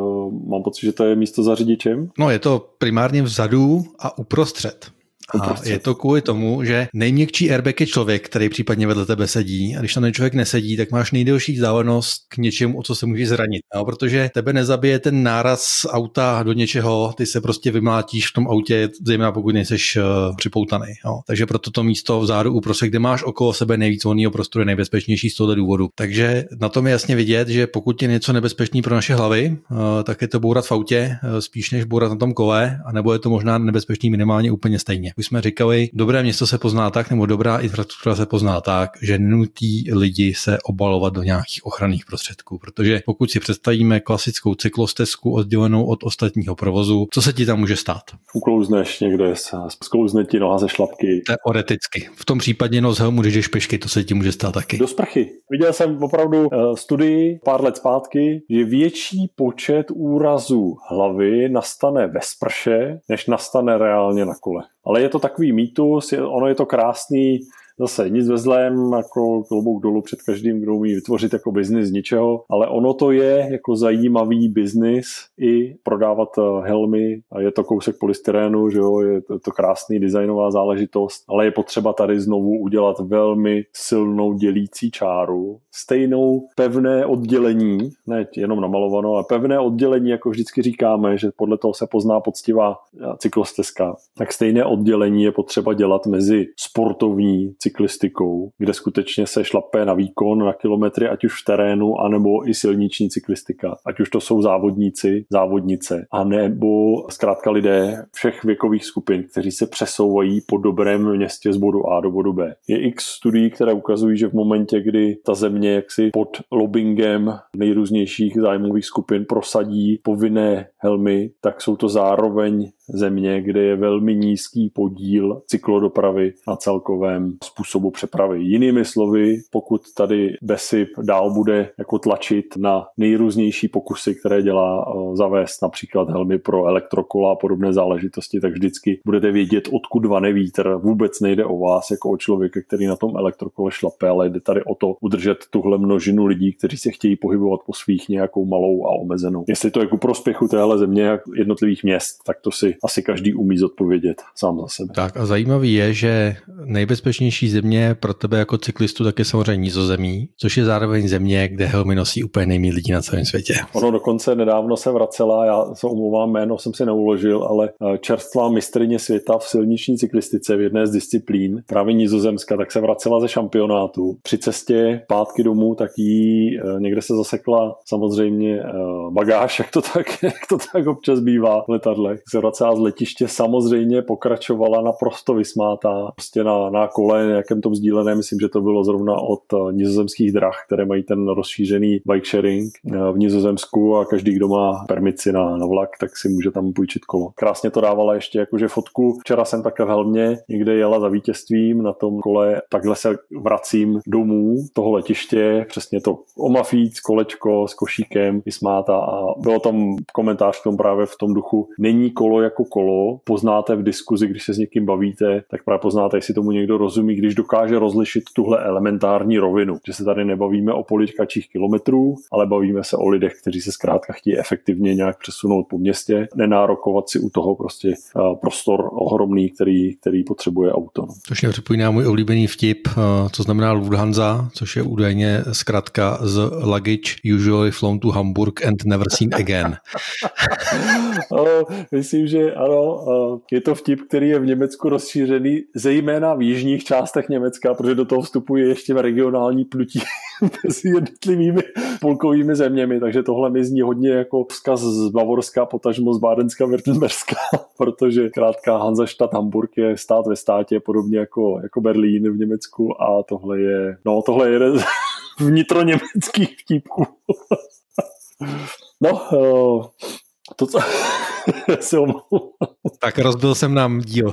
mám pocit, že to je místo za řidičem. No, je to primárně vzadu a uprostřed. A je to kvůli tomu, že nejměkčí airbag je člověk, který případně vedle tebe sedí, a když tam ten člověk nesedí, tak máš nejdelší vzdálenost k něčemu, o co se můžeš zranit. No, protože tebe nezabije ten náraz auta do něčeho, ty se prostě vymlátíš v tom autě, zejména pokud nejseš připoutaný. No. Takže proto to místo vzadu uprostřed, kde máš okolo sebe nejvíc volného prostoru, je nejbezpečnější z tohoto důvodu. Takže na tom je jasně vidět, že pokud je něco nebezpečný pro naše hlavy, tak je to bourat v autě spíš než bourat na tom kole, anebo je to možná nebezpečný minimálně úplně stejně. Už jsme říkali, dobré město se pozná tak, nebo dobrá infrastruktura se pozná tak, že nutí lidi se obalovat do nějakých ochranných prostředků, protože pokud si představíme klasickou cyklostezku oddělenou od ostatního provozu, co se ti tam může stát? Uklouzneš někde, sklouzne ti noha ze šlapky. Teoreticky. V tom případě nos helmu, když jdeš pešky, to se ti může stát taky. Do sprchy. Viděl jsem opravdu studii pár let zpátky, že větší počet úrazů hlavy nastane ve sprše, než nastane reálně na kole. Ale je to takový mýtus, ono je to krásný, zase nic ve zlém, jako klobouk dolů před každým, kdo umí vytvořit jako biznis z ničeho, ale ono to je jako zajímavý biznis i prodávat helmy a je to kousek polystyrénu, že jo, je to krásný designová záležitost, ale je potřeba tady znovu udělat velmi silnou dělící čáru, stejnou pevné oddělení, ne jenom namalovanou, ale pevné oddělení, jako vždycky říkáme, že podle toho se pozná poctivá cyklostezka, tak stejné oddělení je potřeba dělat mezi sportovní cyklistikou, kde skutečně se šlape na výkon, na kilometry, ať už v terénu, anebo i silniční cyklistika. Ať už to jsou závodníci, závodnice, anebo zkrátka lidé všech věkových skupin, kteří se přesouvají po dobrém městě z bodu A do bodu B. Je x studií, které ukazují, že v momentě, kdy ta země jaksi pod lobbingem nejrůznějších zájmových skupin prosadí povinné helmy, tak jsou to zároveň země, kde je velmi nízký podíl cyklodopravy na celkovém způsobu přepravy. Jinými slovy, pokud tady BESIP dál bude jako tlačit na nejrůznější pokusy, které dělá zavést například helmy pro elektrokola a podobné záležitosti, tak vždycky budete vědět, odkud vane vítr. Vůbec nejde o vás jako o člověka, který na tom elektrokole šlape, ale jde tady o to udržet tuhle množinu lidí, kteří se chtějí pohybovat po svých nějakou malou a omezenou. Jestli to je ku prospěchu téhle země jednotlivých měst, tak to si asi každý umí zodpovědět sám za sebe. Tak a zajímavý je, že nejbezpečnější země pro tebe jako cyklistu tak je samozřejmě Nizozemí, což je zároveň země, kde helmy nosí úplně nejméně lidí na celém světě. Ono dokonce nedávno se vracela, já se omlouvám, jméno jsem si neuložil, ale čerstvá mistryně světa v silniční cyklistice v jedné z disciplín, právě Nizozemska, tak se vracela ze šampionátu. Při cestě zpátky domů, tak jí někde se zasekla samozřejmě bagáž, jak to tak občas bývá v letadlech. Se vracela z letiště, samozřejmě pokračovala naprosto vysmátá, prostě na kole nějakém tom sdíleném, myslím, že to bylo zrovna od nizozemských drah, které mají ten rozšířený bike sharing v Nizozemsku a každý, kdo má permici na vlak, tak si může tam půjčit kolo. Krásně to dávala ještě jakože fotku. Včera jsem takhle v Helmě někde jela za vítězstvím na tom kole, takhle se vracím domů toho letiště, přesně to omafíc, kolečko s košíkem, vysmáta a bylo tam komentář k tomu právě v tom duchu, není kolo jako kolo, poznáte v diskuzi, když se s někým bavíte, tak právě poznáte, jestli tomu někdo rozumí, když dokáže rozlišit tuhle elementární rovinu, že se tady nebavíme o politkačích kilometrů, ale bavíme se o lidech, kteří se zkrátka chtějí efektivně nějak přesunout po městě, nenárokovat si u toho prostě prostor ohromný, který potřebuje auto. Což mě připomíná můj oblíbený vtip, co znamená Lufthansa, což je údajně zkratka z luggage usually flown to Hamburg and never seen again. Myslím, že ano, je to vtip, který je v Německu rozšířený, zejména v jižních částech Německa, protože do toho vstupuje ještě regionální plutí mezi jednotlivými spolkovými zeměmi, takže tohle mi zní hodně jako vzkaz z Bavorska, potažmo z Bádenska, Württemberska, protože krátká Hansastadt Hamburg je stát ve státě, podobně jako Berlín v Německu a tohle je jeden z vnitroněmeckých vtipků. No, to co... Tak rozbil jsem nám díl.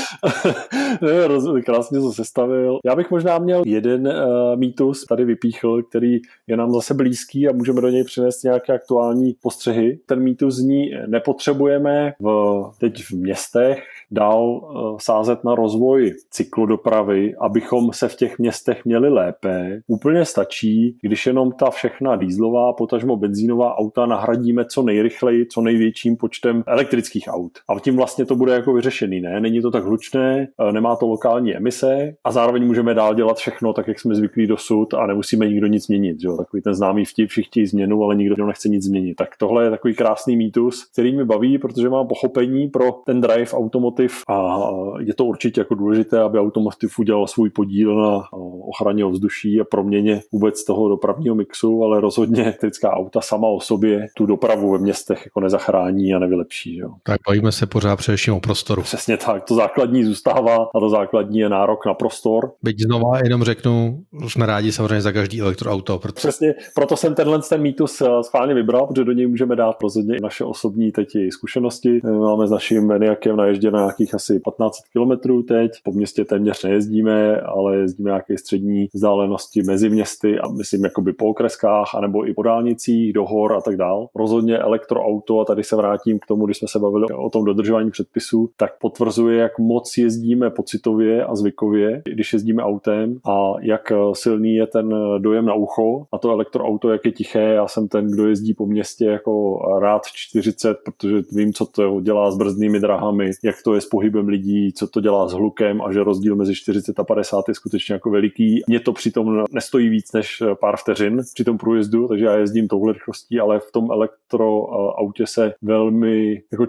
Krásně to sestavil. Já bych možná měl jeden mýtus tady vypíchl, který je nám zase blízký a můžeme do něj přinést nějaké aktuální postřehy. Ten mýtus zní, nepotřebujeme teď v městech dál sázet na rozvoj cyklodopravy, abychom se v těch městech měli lépe. Úplně stačí, když jenom ta všechna dieselová, potažmo benzínová auta nahradíme co nejrychleji, co největším počtem elektrických aut. A tím vlastně to bude jako vyřešený, ne? Není to tak hlučné, nemá to lokální emise a zároveň můžeme dál dělat všechno tak, jak jsme zvyklí dosud a nemusíme nikdo nic měnit. Jo? Takový ten známý vtip, všichni chtějí změnu, ale nikdo nechce nic změnit. Tak tohle je takový krásný mýtus, který mě baví, protože mám pochopení pro ten drive automotive a je to určitě jako důležité, aby automotive udělal svůj podíl na ochraně ovzduší a proměně vůbec toho dopravního mixu, ale rozhodně elektrická auta sama o sobě tu dopravu ve městech jako nezachrání a nevylepší. Jo? Tak bavíme se pořád především o prostoru. Přesně tak, to základní zůstává a to základní je nárok na prostor. Byť znova jenom řeknu, jsme rádi samozřejmě za každý elektroauto. Přesně, proto jsem ten mýtus schválně vybral, protože do něj můžeme dát rozhodně i naše osobní teď i zkušenosti. Máme s naším Maniakem na jezdě na nějakých asi 15 kilometrů teď. Po městě téměř nejezdíme, ale jezdíme nějaké střední vzdálenosti mezi městy a myslím jakoby po okreskách anebo i po dálnicích, do hor a tak dál. Rozhodně elektroauto, a tady se vrátím k tomu, když jsme se bavili o tom dodržování předpisů, tak potvrzuje, jak moc jezdíme pocitově a zvykově, když jezdíme autem a jak silný je ten dojem na ucho a to elektroauto, jak je tiché. Já jsem ten, kdo jezdí po městě jako rád 40, protože vím, co to dělá s brzdnými drahami, jak to je s pohybem lidí, co to dělá s hlukem a že rozdíl mezi 40 a 50 je skutečně jako veliký. Mně to přitom nestojí víc než pár vteřin při tom průjezdu, takže já jezdím touhle rychlostí, ale v tom elektroautě se velmi jako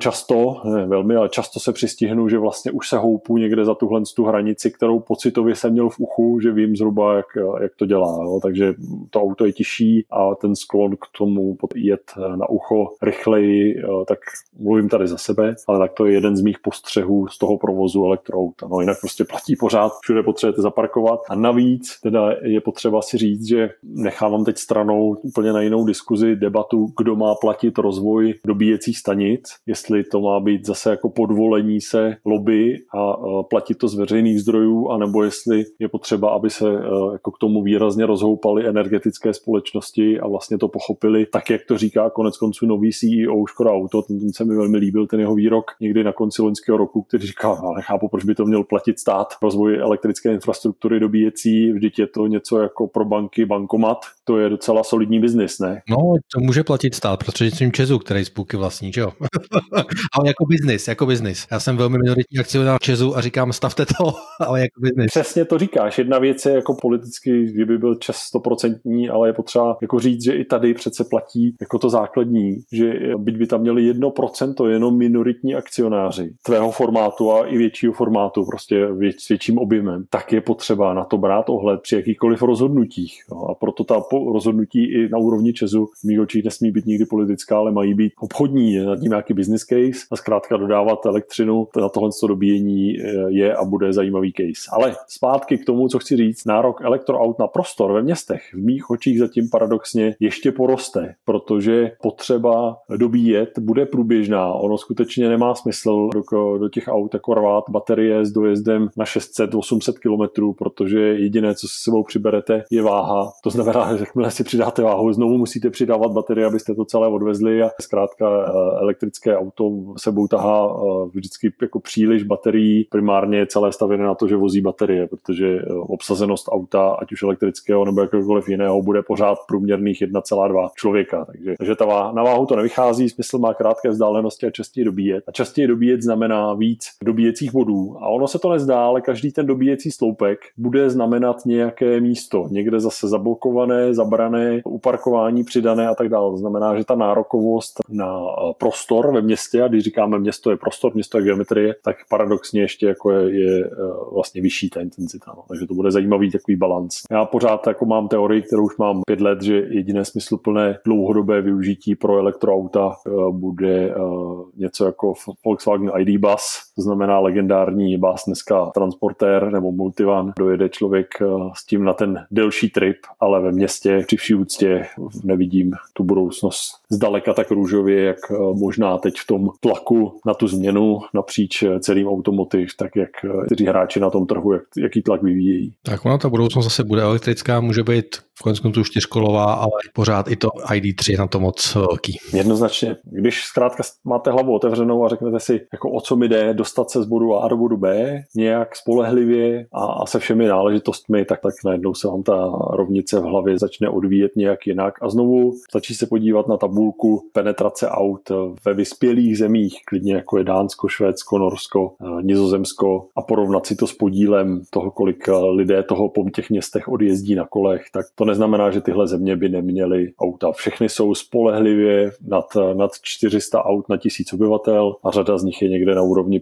často se přistihnu, že vlastně už se houpu někde za tu hranici, kterou pocitově jsem měl v uchu, že vím zhruba, jak to dělá. Jo. Takže to auto je tižší a ten sklon k tomu jet na ucho rychleji, tak mluvím tady za sebe, ale tak to je jeden z mých postřehů z toho provozu elektroauta. No jinak prostě platí pořád, všude potřebujete zaparkovat a navíc teda je potřeba si říct, že nechávám teď stranou úplně na jinou diskuzi debatu, kdo má platit rozvoj dobíjecích stanic, jestli to má být zase jako podvolení se lobby a platit to z veřejných zdrojů, anebo jestli je potřeba, aby se jako k tomu výrazně rozhoupaly energetické společnosti a vlastně to pochopili, tak jak to říká konec konců nový CEO Škoda Auto, ten se mi velmi líbil, ten jeho výrok někdy na konci loňského roku, který říká, nechápu, proč by to měl platit stát, rozvoj elektrické infrastruktury dobíjecí, vždyť je to něco jako pro banky bankomat, to je docela solidní biznis, ne? No, to může platit stát prostřednictvím ČEZu, který spolky vlastní, že jo? Ale jako biznis. Já jsem velmi minoritní akcionář ČEZu a říkám, stavte to, ale jako biznis. Přesně to říkáš. Jedna věc je jako politicky, kdyby byl ČEZ 100%, ale je potřeba jako říct, že i tady přece platí jako to základní, že byť by tam měli 1% jenom minoritní akcionáři tvého formátu a i většího formátu, prostě s větším objemem, tak je potřeba na to brát ohled při jakýchkoliv rozhodnutích. No, a proto ta rozhodnutí i na úrovni ČEZu v mých očích nesmí být nikdy politická, ale mají být obchodní, nad tím nějaký business case a zkrátka dodávat elektřinu na tohle dobíjení je a bude zajímavý case. Ale zpátky k tomu, co chci říct, nárok elektroaut na prostor ve městech v mých očích zatím paradoxně ještě poroste, protože potřeba dobíjet bude průběžná. Ono skutečně nemá smysl do těch aut jako rvát baterie s dojezdem na 600-800 km, protože jediné, co si sebou přiberete, je váha. To znamená, že jakmile si přidáte váhu, znovu musíte přidávat baterie, abyste to celé odvezli a zkrátka elektrické auto sebou tahá vždycky jako příliš baterií. Primárně je celé stavěné na to, že vozí baterie, protože obsazenost auta, ať už elektrického nebo jakéhokoliv jiného, bude pořád průměrných 1,2 člověka. Takže na váhu to nevychází, smysl má krátké vzdálenosti a častěji dobíjet. A častěji dobíjet znamená víc dobíjecích bodů. A ono se to nezdá, ale každý ten dobíjecí sloupek bude znamenat nějaké místo. Někde zase zablokované, zabrané, uparkování přidané a tak dále. To znamená, že ta nárokovost na prostor ve městě, a když říkáme město je prostor, město je geometrie, tak paradoxně ještě jako je vlastně vyšší ta intenzita. No. Takže to bude zajímavý takový balanc. Já pořád jako mám teorii, kterou už mám 5 let, že jediné smysluplné dlouhodobé využití pro elektroauta bude něco jako Volkswagen ID Bus, to znamená legendární bus, dneska transportér nebo multivan. Dojede člověk s tím na ten delší trip, ale ve městě při vší úctě nevidím tu budoucnost zdaleka tak růžově, jak možná teď v tom tlaku na tu změnu napříč celým automotiv, tak jak kteří hráči na tom trhu, jaký tlak vyvíjejí. Tak ona ta budoucnost zase bude elektrická, může být v koneckonců 4kolová, ale pořád i to ID3 je na to moc velký. Jednoznačně. Když zkrátka máte hlavu otevřenou a řeknete si, jako o co mi jde, dostat se z bodu A do bodu B, nějak spolehlivě a se všemi náležitostmi, tak najednou se vám ta rovnice v hlavě začne odvíjet nějak jinak. A znovu stačí se podívat na tabulku penetrace aut ve vyspělých zemích, klidně jako je Dánsko, Švédsko, Norsko, Nizozemsko, a porovnat si to s podílem toho, kolik lidé toho po těch městech odjezdí na kolech, tak to neznamená, že tyhle země by neměly auta. Všechny jsou spolehlivě nad 400 aut na 1000 obyvatel a řada z nich je někde na úrovni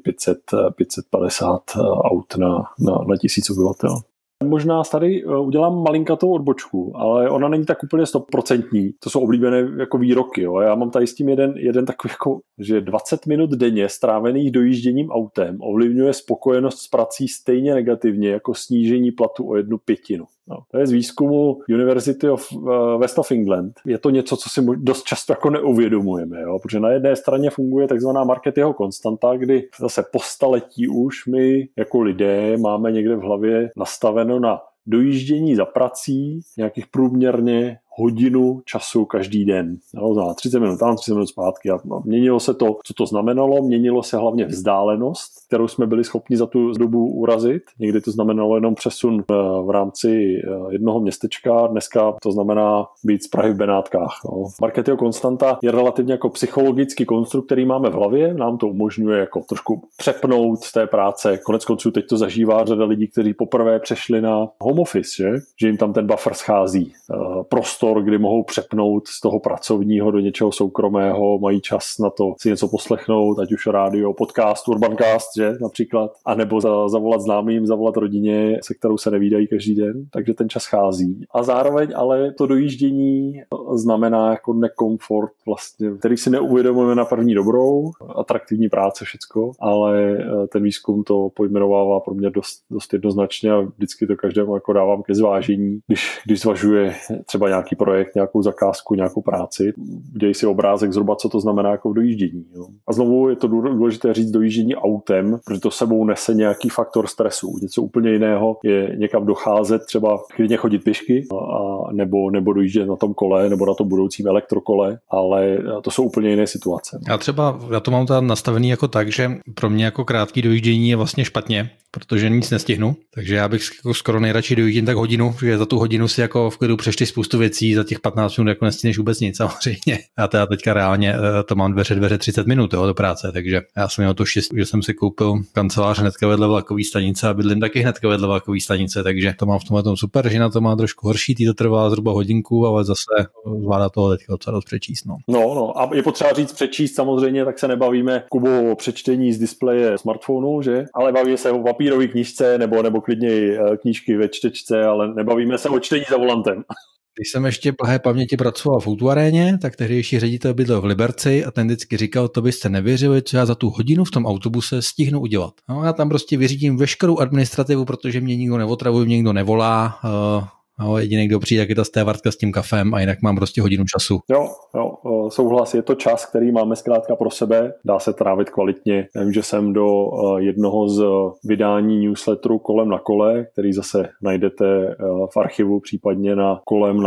550 aut na 1000 obyvatel. Možná tady udělám malinkatou odbočku, ale ona není tak úplně 100%. To jsou oblíbené jako výroky. Jo. Já mám tady s tím jeden takový, jako, že 20 minut denně strávených dojížděním autem ovlivňuje spokojenost s prací stejně negativně jako snížení platu o 1/5. No, to je z výzkumu University of West of England. Je to něco, co si dost často jako neuvědomujeme, jo? Protože na jedné straně funguje takzvaná Marketyho konstanta, kdy zase po staletí už my jako lidé máme někde v hlavě nastaveno na dojíždění za prací nějakých průměrně hodinu času každý den. No, 30 minut tam, 30 minut zpátky. A měnilo se to, co to znamenalo, měnilo se hlavně vzdálenost, kterou jsme byli schopni za tu dobu urazit. Někdy to znamenalo jenom přesun v rámci jednoho městečka, dneska to znamená být z Prahy v Benátkách. No. Marketyho konstanta je relativně jako psychologický konstrukt, který máme v hlavě, nám to umožňuje jako trošku přepnout z té práce. Koneckonců teď to zažívá řada lidí, kteří poprvé přešli na home office, že jim tam ten buffer schází. Prostor, kdy mohou přepnout z toho pracovního do něčeho soukromého, mají čas na to si něco poslechnout, ať už rádio, podcast, Urbancast, že například, anebo zavolat známým, zavolat rodině, se kterou se nevídají každý den, takže ten čas chází. A zároveň ale to dojíždění znamená jako nekomfort vlastně, který si neuvědomujeme na první dobrou, atraktivní práce, všecko, ale ten výzkum to pojmenovává pro mě dost jednoznačně a vždycky to každému jako dávám ke zvážení, když zvažuje třeba nějaký projekt, nějakou zakázku, nějakou práci, děj si obrázek zhruba, co to znamená jako v dojíždění. Jo. A znovu je to důležité říct dojíždění autem, protože to sebou nese nějaký faktor stresu. Něco úplně jiného je někam docházet, třeba klidně chodit pěšky, nebo dojíždět na tom kole, nebo na tom budoucím elektrokole, ale to jsou úplně jiné situace. Já to mám tam nastavený jako tak, že pro mě jako krátký dojíždění je vlastně špatně, protože nic nestihnu, takže já bych skoro nejradši dojížděl tak hodinu, že za tu hodinu si jako v klidu přešli spoustu věcí věcí za těch 15 minut jako nestíneš vůbec nic samozřejmě. Já teda teďka reálně to mám dveře 30 minut do práce, takže já jsem měl to štěstí, že jsem si koupil kancelář hnedka vedle vlakové stanice a bydlím taky hnedka vedle vlakové stanice, takže to mám v tomhle tom super, že na to má trošku horší, to trvá zhruba hodinku, ale zase zvládá toho teďka docela dost přečíst. No, a je potřeba říct přečíst samozřejmě, tak se nebavíme, Kubo, o přečtení z displeje smartphonu, že? Ale bavíme se o papírové knížce nebo klidně knížky ve čtečce, ale nebavíme se o čtení za volantem. Když jsem ještě blahé paměti pracoval v Autoaréně, tak tehdejší ředitel bydlel v Liberci a ten vždycky říkal, to byste nevěřili, co já za tu hodinu v tom autobuse stihnu udělat. No, já tam prostě vyřídím veškerou administrativu, protože mě nikdo neotravuje, mě nikdo nevolá. No, jediný, kdo přijde, tak je ta stévartka s tím kafem a jinak mám prostě hodinu času. Jo, souhlas, je to čas, který máme zkrátka pro sebe, dá se trávit kvalitně. Vím, že jsem do jednoho z vydání newsletteru Kolem na kole, který zase najdete v archivu, případně na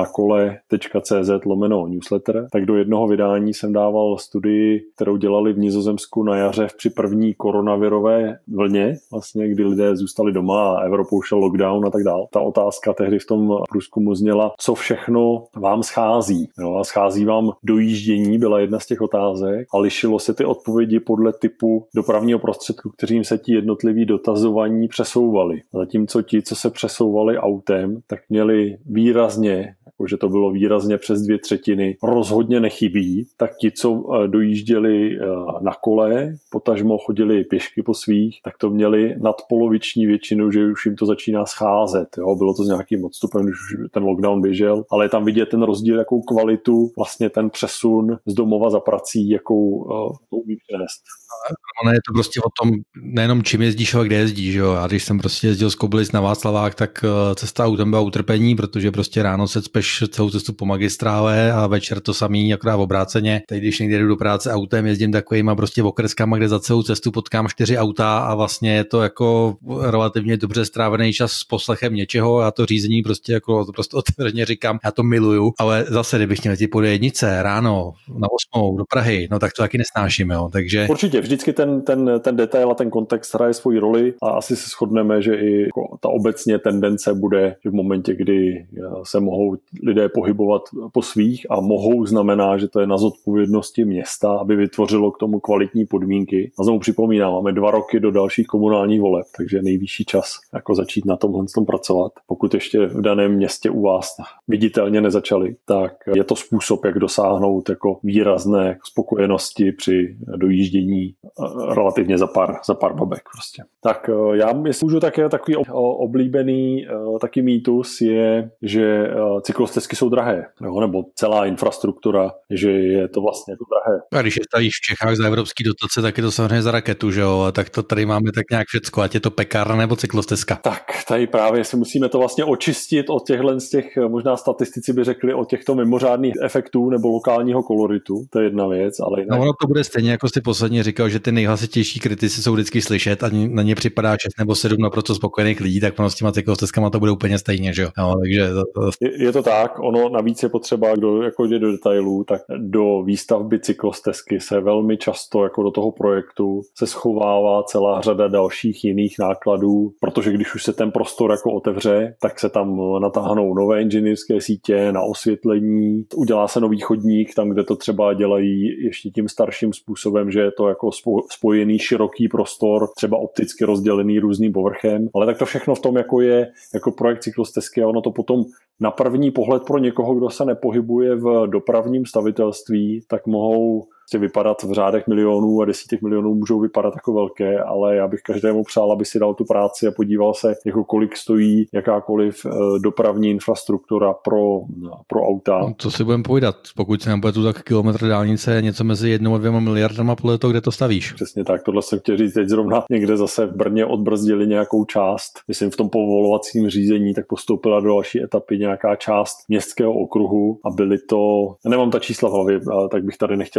kolemnakole.cz/newsletter, tak do jednoho vydání jsem dával studii, kterou dělali v Nizozemsku na jaře při první koronavirové vlně, vlastně, kdy lidé zůstali doma a Evropou šel lockdown a tak dál. Ta otázka tehdy v tom průzkumu zněla, co všechno vám schází. Jo, a schází vám dojíždění, byla jedna z těch otázek a lišilo se ty odpovědi podle typu dopravního prostředku, kterým se ti jednotliví dotazovaní přesouvali. Zatímco ti, co se přesouvali autem, tak měli výrazně, jakože to bylo výrazně přes 2/3, rozhodně nechybí, tak ti, co dojížděli na kole, potažmo chodili pěšky po svých, tak to měli nadpoloviční většinu, že už jim to začíná scházet. Jo? Bylo to s nějakým odstupem, když už ten lockdown běžel, ale je tam vidět ten rozdíl, jakou kvalitu vlastně ten přesun z domova za prací, jakou umí přinést. Ono je to prostě o tom, nejenom čím jezdíš, ale kde jezdíš. Jo? A když jsem prostě jezdil z Kobylis na Václavák, tak cesta autem byla utrpení, protože prostě ráno se cpeš celou cestu po magistrále a večer to samý, akorát v obráceně. Teď když někde jdu do práce autem, jezdím takovýma prostě okreskama, kde za celou cestu potkám 4 auta a vlastně je to jako relativně dobře strávený čas s poslechem něčeho. Já to řízení prostě jako prostě otevřeně říkám, já to miluju, ale zase, kdybych měl po jednice ráno na 8 do Prahy, no tak to taky nesnáším, jo. Takže určitě vždycky ten detail a ten kontext hraje svoji roli a asi se shodneme, že i jako ta obecně tendence bude, že v momentě, kdy se mohou lidé pohybovat po svých a mohou znamená, že to je na zodpovědnosti města, aby vytvořilo k tomu kvalitní podmínky. A znovu připomínám, máme 2 roky do dalších komunálních voleb, takže nejvyšší čas jako začít na tomhle pracovat. Pokud ještě v daném městě u vás viditelně nezačali, tak je to způsob, jak dosáhnout jako výrazné spokojenosti při dojíždění relativně za pár babek prostě. Tak já jestli můžu také takový oblíbený taky mýtus je, že cyklostezky jsou drahé, nebo celá infrastruktura, že je to vlastně jako drahé. A když je stavíš v Čechách za evropský dotace, tak je to samozřejmě za raketu, že jo? Tak to tady máme tak nějak všecko, ať je to pekárna nebo cyklostezka. Tak, tady právě si musíme to vlastně očistit od z těch, možná statistici by řekli, od těchto mimořádných efektů nebo lokálního koloritu, to je jedna věc, ale jinak... No ono to bude stejně, jako jsi posledně říkal, že ty nejhlasitější kritici jsou vždycky slyšet a na ně připadá 6 nebo 7 naprosto spokojených lidí, tak s těma cyklostezkama to bude úplně stejně, že jo? No, takže je to tak, ono navíc je potřeba, kdo jako jde do detailů, tak do výstavby cyklostezky se velmi často jako do toho projektu se schovává celá řada dalších jiných nákladů, protože když už se ten prostor jako otevře, tak se tam natáhnou nové inženýrské sítě na osvětlení, udělá se nový chodník tam, kde to třeba dělají ještě tím starším způsobem, že je to jako spojený široký prostor, třeba opticky rozdělený různým povrchem, ale tak to všechno v tom jako je jako projekt cyklostezky a ono to potom na první pohled pro někoho, kdo se nepohybuje v dopravním stavitelství, tak mohou vypadat v řádech milionů a desítek milionů můžou vypadat jako velké, ale já bych každému přál, aby si dal tu práci a podíval se, jako kolik stojí jakákoliv dopravní infrastruktura pro auta. No, co si budeme povídat, pokud se nepletu, tak kilometr dálnice je něco mezi 1 a 2 miliardama podle toho, kde to stavíš. Přesně tak, tohle jsem chtěl říct, teď zrovna někde zase v Brně odbrzdili nějakou část, myslím v tom povolovacím řízení, tak postoupila do další etapy nějaká část městského okruhu a byly to, nemám ta čísla v hlavě, tak bych tady nechtěl mást,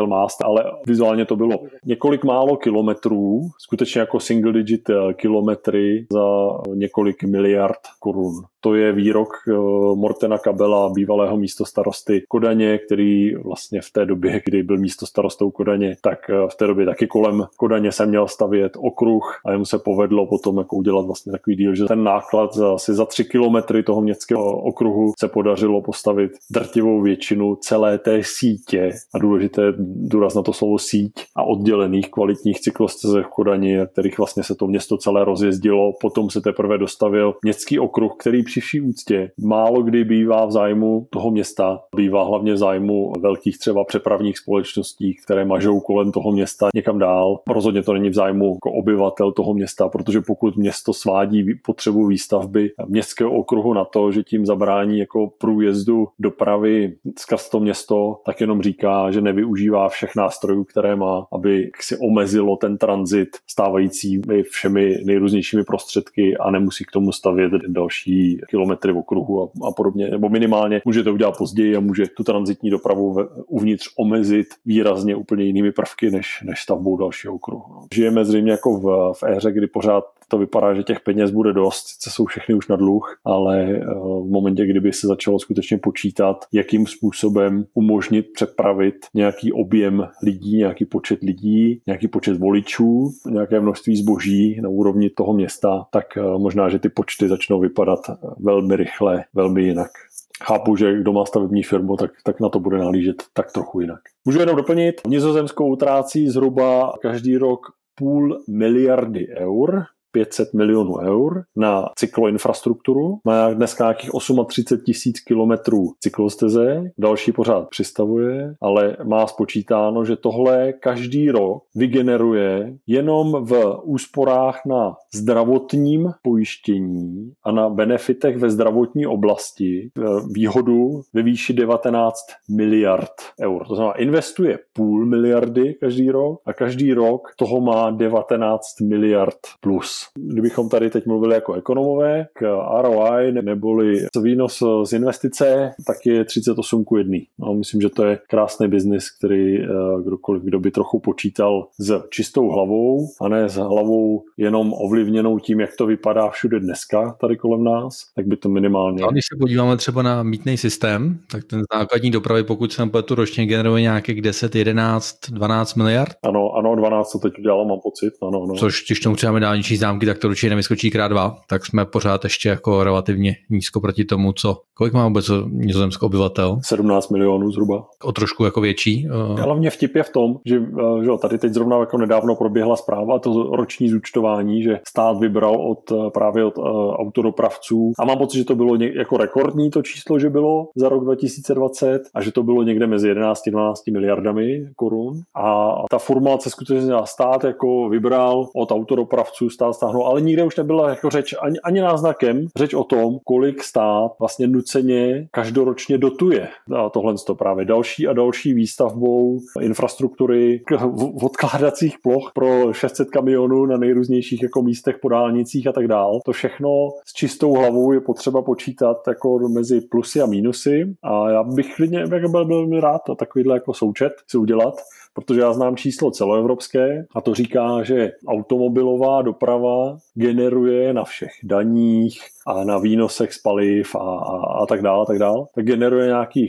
ale vizuálně to bylo několik málo kilometrů, skutečně jako single digit kilometry za několik miliard korun. To je výrok Mortena Kabela, bývalého místostarosty Kodaně, který vlastně v té době, kdy byl místostarostou Kodaně, tak v té době taky kolem Kodaně se měl stavět okruh a jemu se povedlo potom jako udělat vlastně takový díl, že ten náklad asi za 3 kilometry toho městského okruhu se podařilo postavit drtivou většinu celé té sítě a důležité důraz na to slovo síť a oddělených kvalitních cyklostezek v Kodani, kterých vlastně se to město celé rozjezdilo. Potom se teprve dostavil městský okruh, který při vší úctě málo kdy bývá v zájmu toho města, bývá hlavně v zájmu velkých třeba přepravních společností, které mažou kolem toho města někam dál. Rozhodně to není v zájmu jako obyvatel toho města, protože pokud město svádí potřebu výstavby městského okruhu na to, že tím zabrání jako průjezdu dopravy skrz to město, tak jenom říká, že nevyužívá všech nástrojů, které má, aby si omezilo ten tranzit stávající všemi nejrůznějšími prostředky a nemusí k tomu stavět další kilometry v okruhu a podobně. Nebo minimálně může to udělat později a může tu tranzitní dopravu uvnitř omezit výrazně úplně jinými prvky než stavbou dalšího okruhu. Žijeme zřejmě jako v éře, kdy pořád to vypadá, že těch peněz bude dost, sice jsou všechny už na dluh, ale v momentě, kdyby se začalo skutečně počítat, jakým způsobem umožnit přepravit nějaký objem lidí, nějaký počet lidí, nějaký počet voličů, nějaké množství zboží na úrovni toho města, tak možná, že ty počty začnou vypadat velmi rychle, velmi jinak. Chápu, že kdo má stavební firmu, tak na to bude nahlížet tak trochu jinak. Můžu jenom doplnit, Nizozemsko utrácí zhruba každý rok 0,5 miliardy eur, 500 milionů eur na cykloinfrastrukturu. Má dneska nějakých 38 000 kilometrů cyklostezek, další pořád přistavuje, ale má spočítáno, že tohle každý rok vygeneruje jenom v úsporách na zdravotním pojištění a na benefitech ve zdravotní oblasti výhodu ve výši 19 miliard eur. To znamená, investuje 0,5 miliardy každý rok a každý rok toho má 19 miliard plus. Kdybychom tady teď mluvili jako ekonomové, k ROI neboli výnos z investice, tak je 38:1. No, myslím, že to je krásný biznis, který kdokoliv, kdo by trochu počítal s čistou hlavou a ne s hlavou jenom ovlivněnou tím, jak to vypadá všude dneska tady kolem nás, tak by to minimálně... A když se podíváme třeba na mýtný systém, tak ten základní dopravy, pokud se tu ročně generuje nějakých 10, 11, 12 miliard. Ano, 12 to teď udělalo, mám pocit. Ano. Což když tomu přidáme dálniční známky, tak to určitě nevyskočí krát 2, tak jsme pořád ještě jako relativně nízko proti tomu, kolik má vůbec Nizozemsko obyvatel? 17 milionů zhruba. O trošku jako větší. Hlavně vtip je v tom, že tady teď zrovna jako nedávno proběhla zpráva, to roční zúčtování, že stát vybral právě od autodopravců a mám pocit, že to bylo jako rekordní to číslo, že bylo za rok 2020 a že to bylo někde mezi 11-12 miliardami korun a ta formulace skutečně stát jako vybral od autodopravců, stát stáhnul, ale nikde už nebyla jako řeč ani náznakem řeč o tom, kolik stát vlastně nuceně každoročně dotuje. A tohle to právě další a další výstavbou infrastruktury odkládacích ploch pro 600 kamionů na nejrůznějších jako místech po dálnicích a tak dál. To všechno s čistou hlavou je potřeba počítat jako mezi plusy a mínusy a já bych klidně byl rád takovýhle jako součet si udělat, protože já znám číslo celoevropské a to říká, že automobilová doprava generuje na všech daních a na výnosech z paliv a tak dále, tak generuje nějakých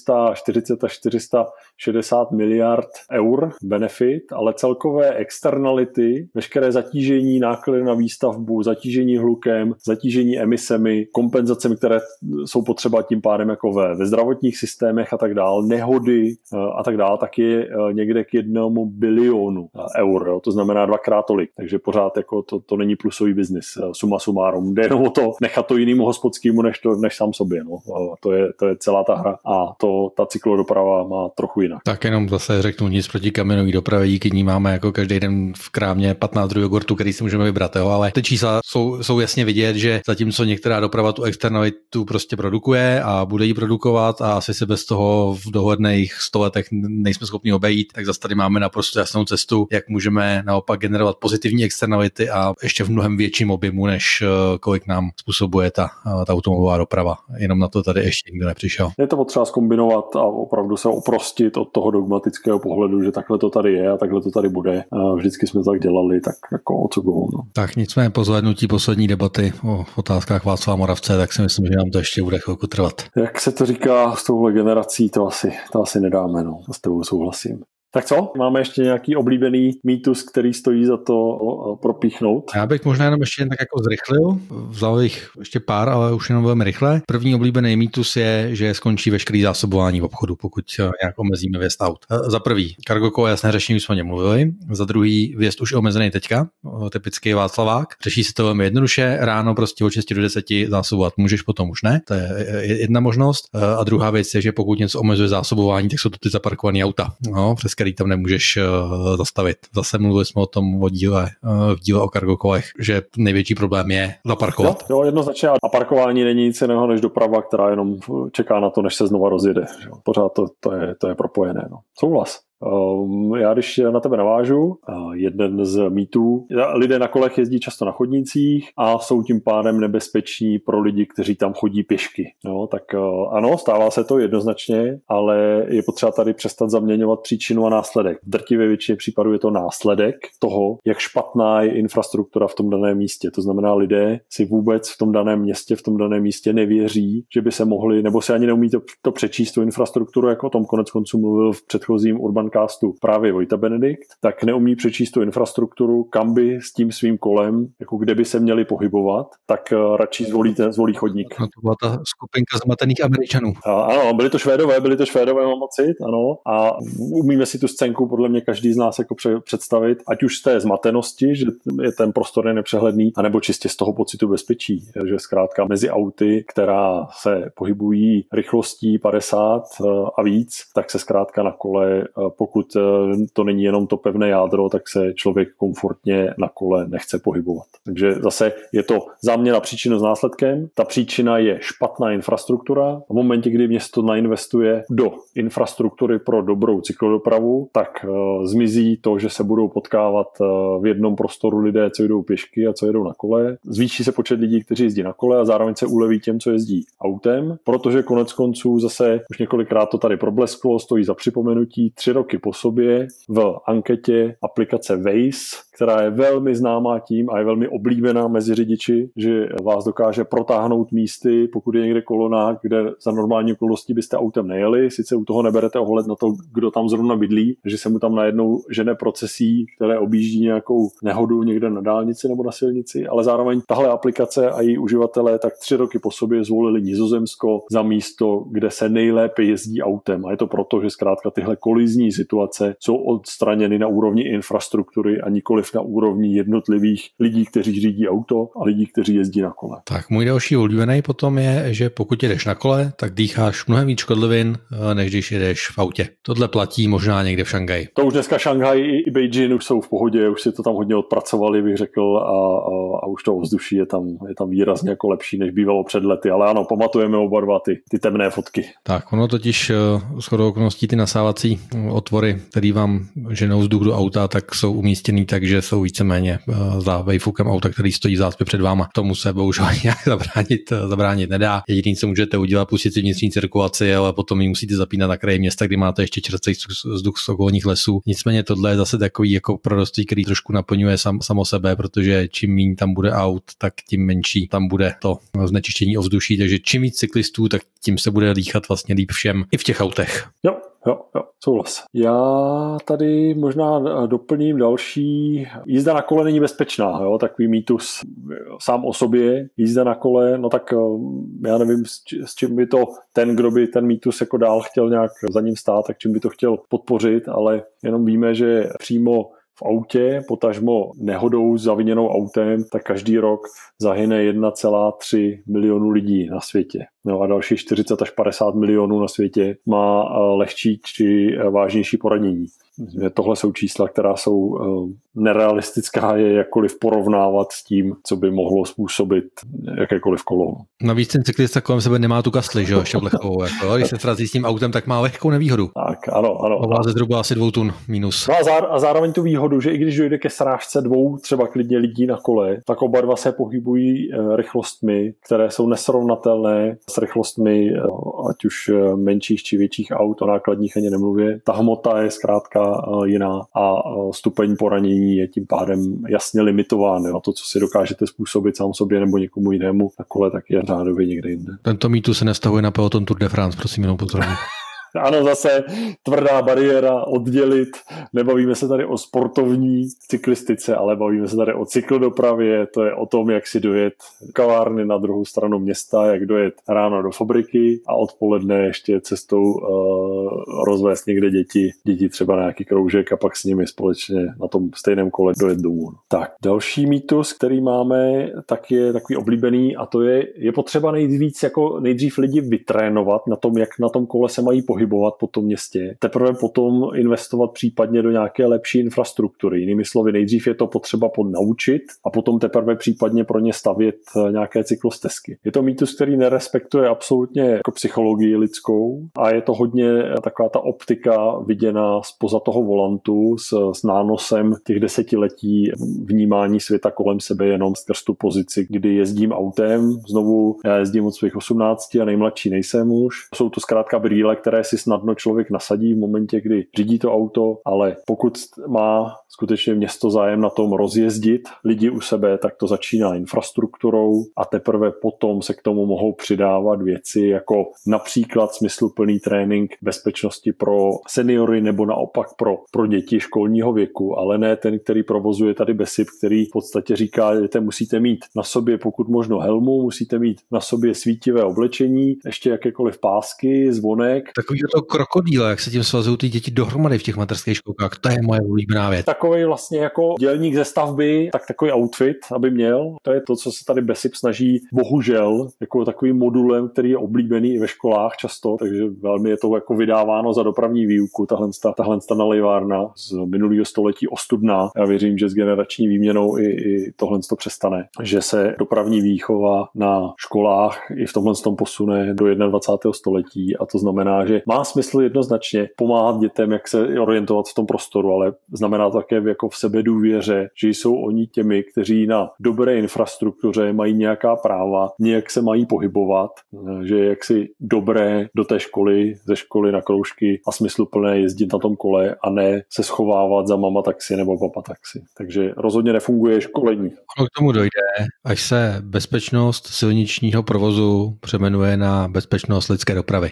440 až 460 miliard eur benefit, ale celkové externality, veškeré zatížení, náklady na výstavbu, zatížení hlukem, zatížení emisemi, kompenzacemi, které jsou potřeba tím pádem jako ve zdravotních systémech a tak dále, nehody a tak dále, tak je někde k 1 bilionu eur. Jo? To znamená 2x tolik, takže pořád jako to není plusový biznis. Suma sumárum. Jde jenom o to nechat to jinému hospodskému než sám sobě. No. To je celá ta hra a ta cyklodoprava má trochu jinak. Tak jenom zase řeknu nic proti kamionové dopravě, díky ní máme jako každý den v krámě 15 jogurtu, který si můžeme vybrat, jo? Ale ty čísla jsou jasně vidět, že zatímco některá doprava tu externalitu prostě produkuje a bude ji produkovat a asi se bez toho v dohledných 100 letech nejsme schopni obejít, tak zase tady máme naprosto jasnou cestu, jak můžeme naopak generovat pozitivní externality a ještě v mnohem větším objemu, než kolik nám způsobuje ta automobilová doprava. Jenom na to tady ještě nikdo nepřišel. Je to potřeba zkombinovat a opravdu se oprostit od toho dogmatického pohledu, že takhle to tady je a takhle to tady bude. Vždycky jsme to tak dělali, tak jako o co go. No. Tak nicméně po zhlédnutí poslední debaty o otázkách Václava Moravce, tak si myslím, že nám to ještě bude chvilku trvat. Jak se to říká s touhle generací, to asi nedáme, no. S tebou souhlasím. Tak co? Máme ještě nějaký oblíbený mýtus, který stojí za to propíchnout? Já bych možná jenom ještě tak jako zrychlil. Vzal bych ještě pár, ale už jenom velmi rychle. První oblíbený mýtus je, že skončí veškerý zásobování v obchodu, pokud nějak omezíme vjezd aut. Za prvý, cargo call jasné řešení, jsme o něm mluvili. Za druhý, vjezd už je omezený teďka, typický Václavák. Řeší se to velmi jednoduše, ráno prostě od 6 do 10 zásobovat můžeš, potom už ne. To je jedna možnost. A druhá věc je, že pokud něco omezuje zásobování, tak jsou to ty zaparkované auta. No, přes který tam nemůžeš zastavit. Zase mluvili jsme o tom v díle o cargo kolech, že největší problém je zaparkovat. Jo, jednoznačně. A parkování není nic jiného než doprava, která jenom čeká na to, než se znova rozjede. Pořád to je propojené. No. Souhlas. Já když na tebe navážu, jeden z mýtů, lidé na kolech jezdí často na chodnících a jsou tím pádem nebezpeční pro lidi, kteří tam chodí pěšky. No, tak ano, stává se to jednoznačně, ale je potřeba tady přestat zaměňovat příčinu a následek. V drtivé většině případů je to následek toho, jak špatná je infrastruktura v tom daném místě. To znamená, lidé si vůbec v tom daném městě, v tom daném místě nevěří, že by se mohli, nebo si ani neumí to přečíst, tu infrastrukturu, jako o tom koneckonců mluvil v předchozím Urbancastu právě Vojta Benedikt, tak neumí přečíst tu infrastrukturu, kam by s tím svým kolem, jako kde by se měli pohybovat, tak radši zvolí chodník. No to byla ta skupinka zmatených Američanů. Ano, byli to Švédové, mám pocit, ano. A umíme si tu scénku podle mě každý z nás jako představit, ať už z té zmatenosti, že je ten prostor nepřehledný, anebo čistě z toho pocitu bezpečí, že zkrátka mezi auty, která se pohybují rychlostí 50 a víc, tak se zkrátka na kole, pokud to není jenom to pevné jádro, tak se člověk komfortně na kole nechce pohybovat. Takže zase je to záměna příčinu s následkem. Ta příčina je špatná infrastruktura. V momentě, kdy město nainvestuje do infrastruktury pro dobrou cyklodopravu, tak zmizí to, že se budou potkávat v jednom prostoru lidé, co jdou pěšky a co jedou na kole. Zvýší se počet lidí, kteří jezdí na kole a zároveň se uleví těm, co jezdí autem, protože konec konců zase už několikrát to tady problesklo, stojí za připomenutí 3 roky po sobě v anketě aplikace Waze, která je velmi známá tím a je velmi oblíbená mezi řidiči, že vás dokáže protáhnout místy, pokud je někde kolona, kde za normální okolností byste autem nejeli, sice u toho neberete ohled na to, kdo tam zrovna bydlí, že se mu tam najednou žene procesí, které objíždí nějakou nehodu někde na dálnici nebo na silnici, ale zároveň tahle aplikace a její uživatelé tak 3 roky po sobě zvolili Nizozemsko za místo, kde se nejlépe jezdí autem. A je to proto, že zkrátka tyhle kolizní situace jsou odstraněny na úrovni infrastruktury a nikoliv na úrovni jednotlivých lidí, kteří řídí auto a lidí, kteří jezdí na kole. Tak můj další oblíbený potom je, že pokud jedeš na kole, tak dýcháš mnohem víc škodlivin, než když jedeš v autě. Tohle platí možná někde v Šanghaji. To už dneska Šanghaj i Beijing už jsou v pohodě, už si to tam hodně odpracovali, bych řekl, a už to ovzduší je tam výrazně jako lepší, než bývalo před lety, ale ano, pamatujeme oba dva ty temné fotky. Tak, ono totiž shodou okolností ty nasávací otvory, který vám ženou vzduch do auta, tak jsou umístěný tak, že jsou víceméně za vejfukem auta, který stojí v zácpě před váma. Tomu se bohužel nějak zabránit nedá. Jediné, co můžete udělat, pustit si vnitřní cirkulaci, ale potom ji musíte zapínat na kraji města, kdy máte ještě čerstvý vzduch z okolních lesů. Nicméně tohle je zase takový jako proroství, který trošku naplňuje samo sebe, protože čím méně tam bude aut, tak tím menší tam bude to znečištění ovzduší, takže čím víc cyklistů, tak tím se bude dýchat vlastně líp všem i v těch autech. Jo, souhlas. Já tady možná doplním další. Jízda na kole není bezpečná, jo? Takový mýtus sám o sobě. Jízda na kole, no tak já nevím, s čím by to ten, kdo by ten mýtus jako dál chtěl nějak za ním stát, tak čím by to chtěl podpořit, ale jenom víme, že přímo v autě, potažmo nehodou zaviněnou autem, tak každý rok zahyne 1,3 milionu lidí na světě. No a další 40 až 50 milionů na světě má lehčí či vážnější poranění. Tohle jsou čísla, která jsou nerealistická je jakkoliv porovnávat s tím, co by mohlo způsobit jakékoliv kolo. Navíc ten cyklista kolem sebe nemá tu kastli, že jo, ještě lehkou, jako, když se srazí s tím autem, tak má lehkou nevýhodu. Tak, ano. Ovládá zhruba asi 2 tun minus. No a zároveň tu výhodu, že i když dojde ke srážce 2 třeba klidně lidí na kole, tak oba dva se pohybují rychlostmi, které jsou nesrovnatelné s rychlostmi ať už menších či větších aut, o nákladních ani nemluvě. Ta hmota je zkrátka jiná a stupeň poranění je tím pádem jasně limitován. A to, co si dokážete způsobit sám sobě nebo někomu jinému na kole, tak je řádově někde jinde. Tento mýtus se nevztahuje na peloton Tour de France, prosím jenom pozorně. Ano, zase tvrdá bariéra oddělit. Nebavíme se tady o sportovní cyklistice, ale bavíme se tady o cyklodopravě. To je o tom, jak si dojet kavárny na druhou stranu města, jak dojet ráno do fabriky a odpoledne ještě cestou rozvést někde děti třeba na nějaký kroužek a pak s nimi společně na tom stejném kole dojet domů. Tak, další mýtus, který máme, tak je takový oblíbený a to je potřeba nejdřív lidi vytrénovat na tom, jak na tom kole se mají pohybovat po tom městě. Teprve potom investovat případně do nějaké lepší infrastruktury. Jinými slovy, nejdřív je to potřeba naučit a potom teprve případně pro ně stavět nějaké cyklostezky. Je to mýtus, který nerespektuje absolutně jako psychologii lidskou a je to hodně taková ta optika viděná zpoza toho volantu s nánosem těch desetiletí vnímání světa kolem sebe jenom skrz tu pozici, kdy jezdím autem. Znovu já jezdím od svých 18 a nejmladší nejsem už. Jsou to zkrátka brýle, které si snadno člověk nasadí v momentě, kdy řídí to auto, ale pokud má skutečně město zájem na tom rozjezdit lidi u sebe, tak to začíná infrastrukturou a teprve potom se k tomu mohou přidávat věci jako například smysluplný trénink bezpečnosti pro seniory nebo naopak pro děti školního věku, ale ne ten, který provozuje tady BESIP, který v podstatě říká, že musíte mít na sobě pokud možno helmu, musíte mít na sobě svítivé oblečení, ještě jakékoliv pásky, zvonek. Takový to krokodýla, jak se tím svazují ty děti dohromady v těch mateřských školkách, to je moje oblíbená věc. Takový vlastně jako dělník ze stavby, tak takový outfit, aby měl. To je to, co se tady BESIP snaží, bohužel, jako takovým modulem, který je oblíbený i ve školách často, takže velmi je to jako vydáváno za dopravní výuku, tahle nalejvárna z minulého století ostudná. Já věřím, že s generační výměnou i tohle přestane, že se dopravní výchova na školách i v tomhle posune do 21. století a to znamená, že má smysl jednoznačně pomáhat dětem, jak se orientovat v tom prostoru, ale znamená to také jako v sebedůvěře, že jsou oni těmi, kteří na dobré infrastruktuře mají nějaká práva, nějak se mají pohybovat, že je jaksi dobré do té školy, ze školy na kroužky a smysluplné jezdit na tom kole a ne se schovávat za mama taxi nebo papa taxi. Takže rozhodně nefunguje školení. Ono k tomu dojde, až se bezpečnost silničního provozu přeměnuje na bezpečnost lidské dopravy.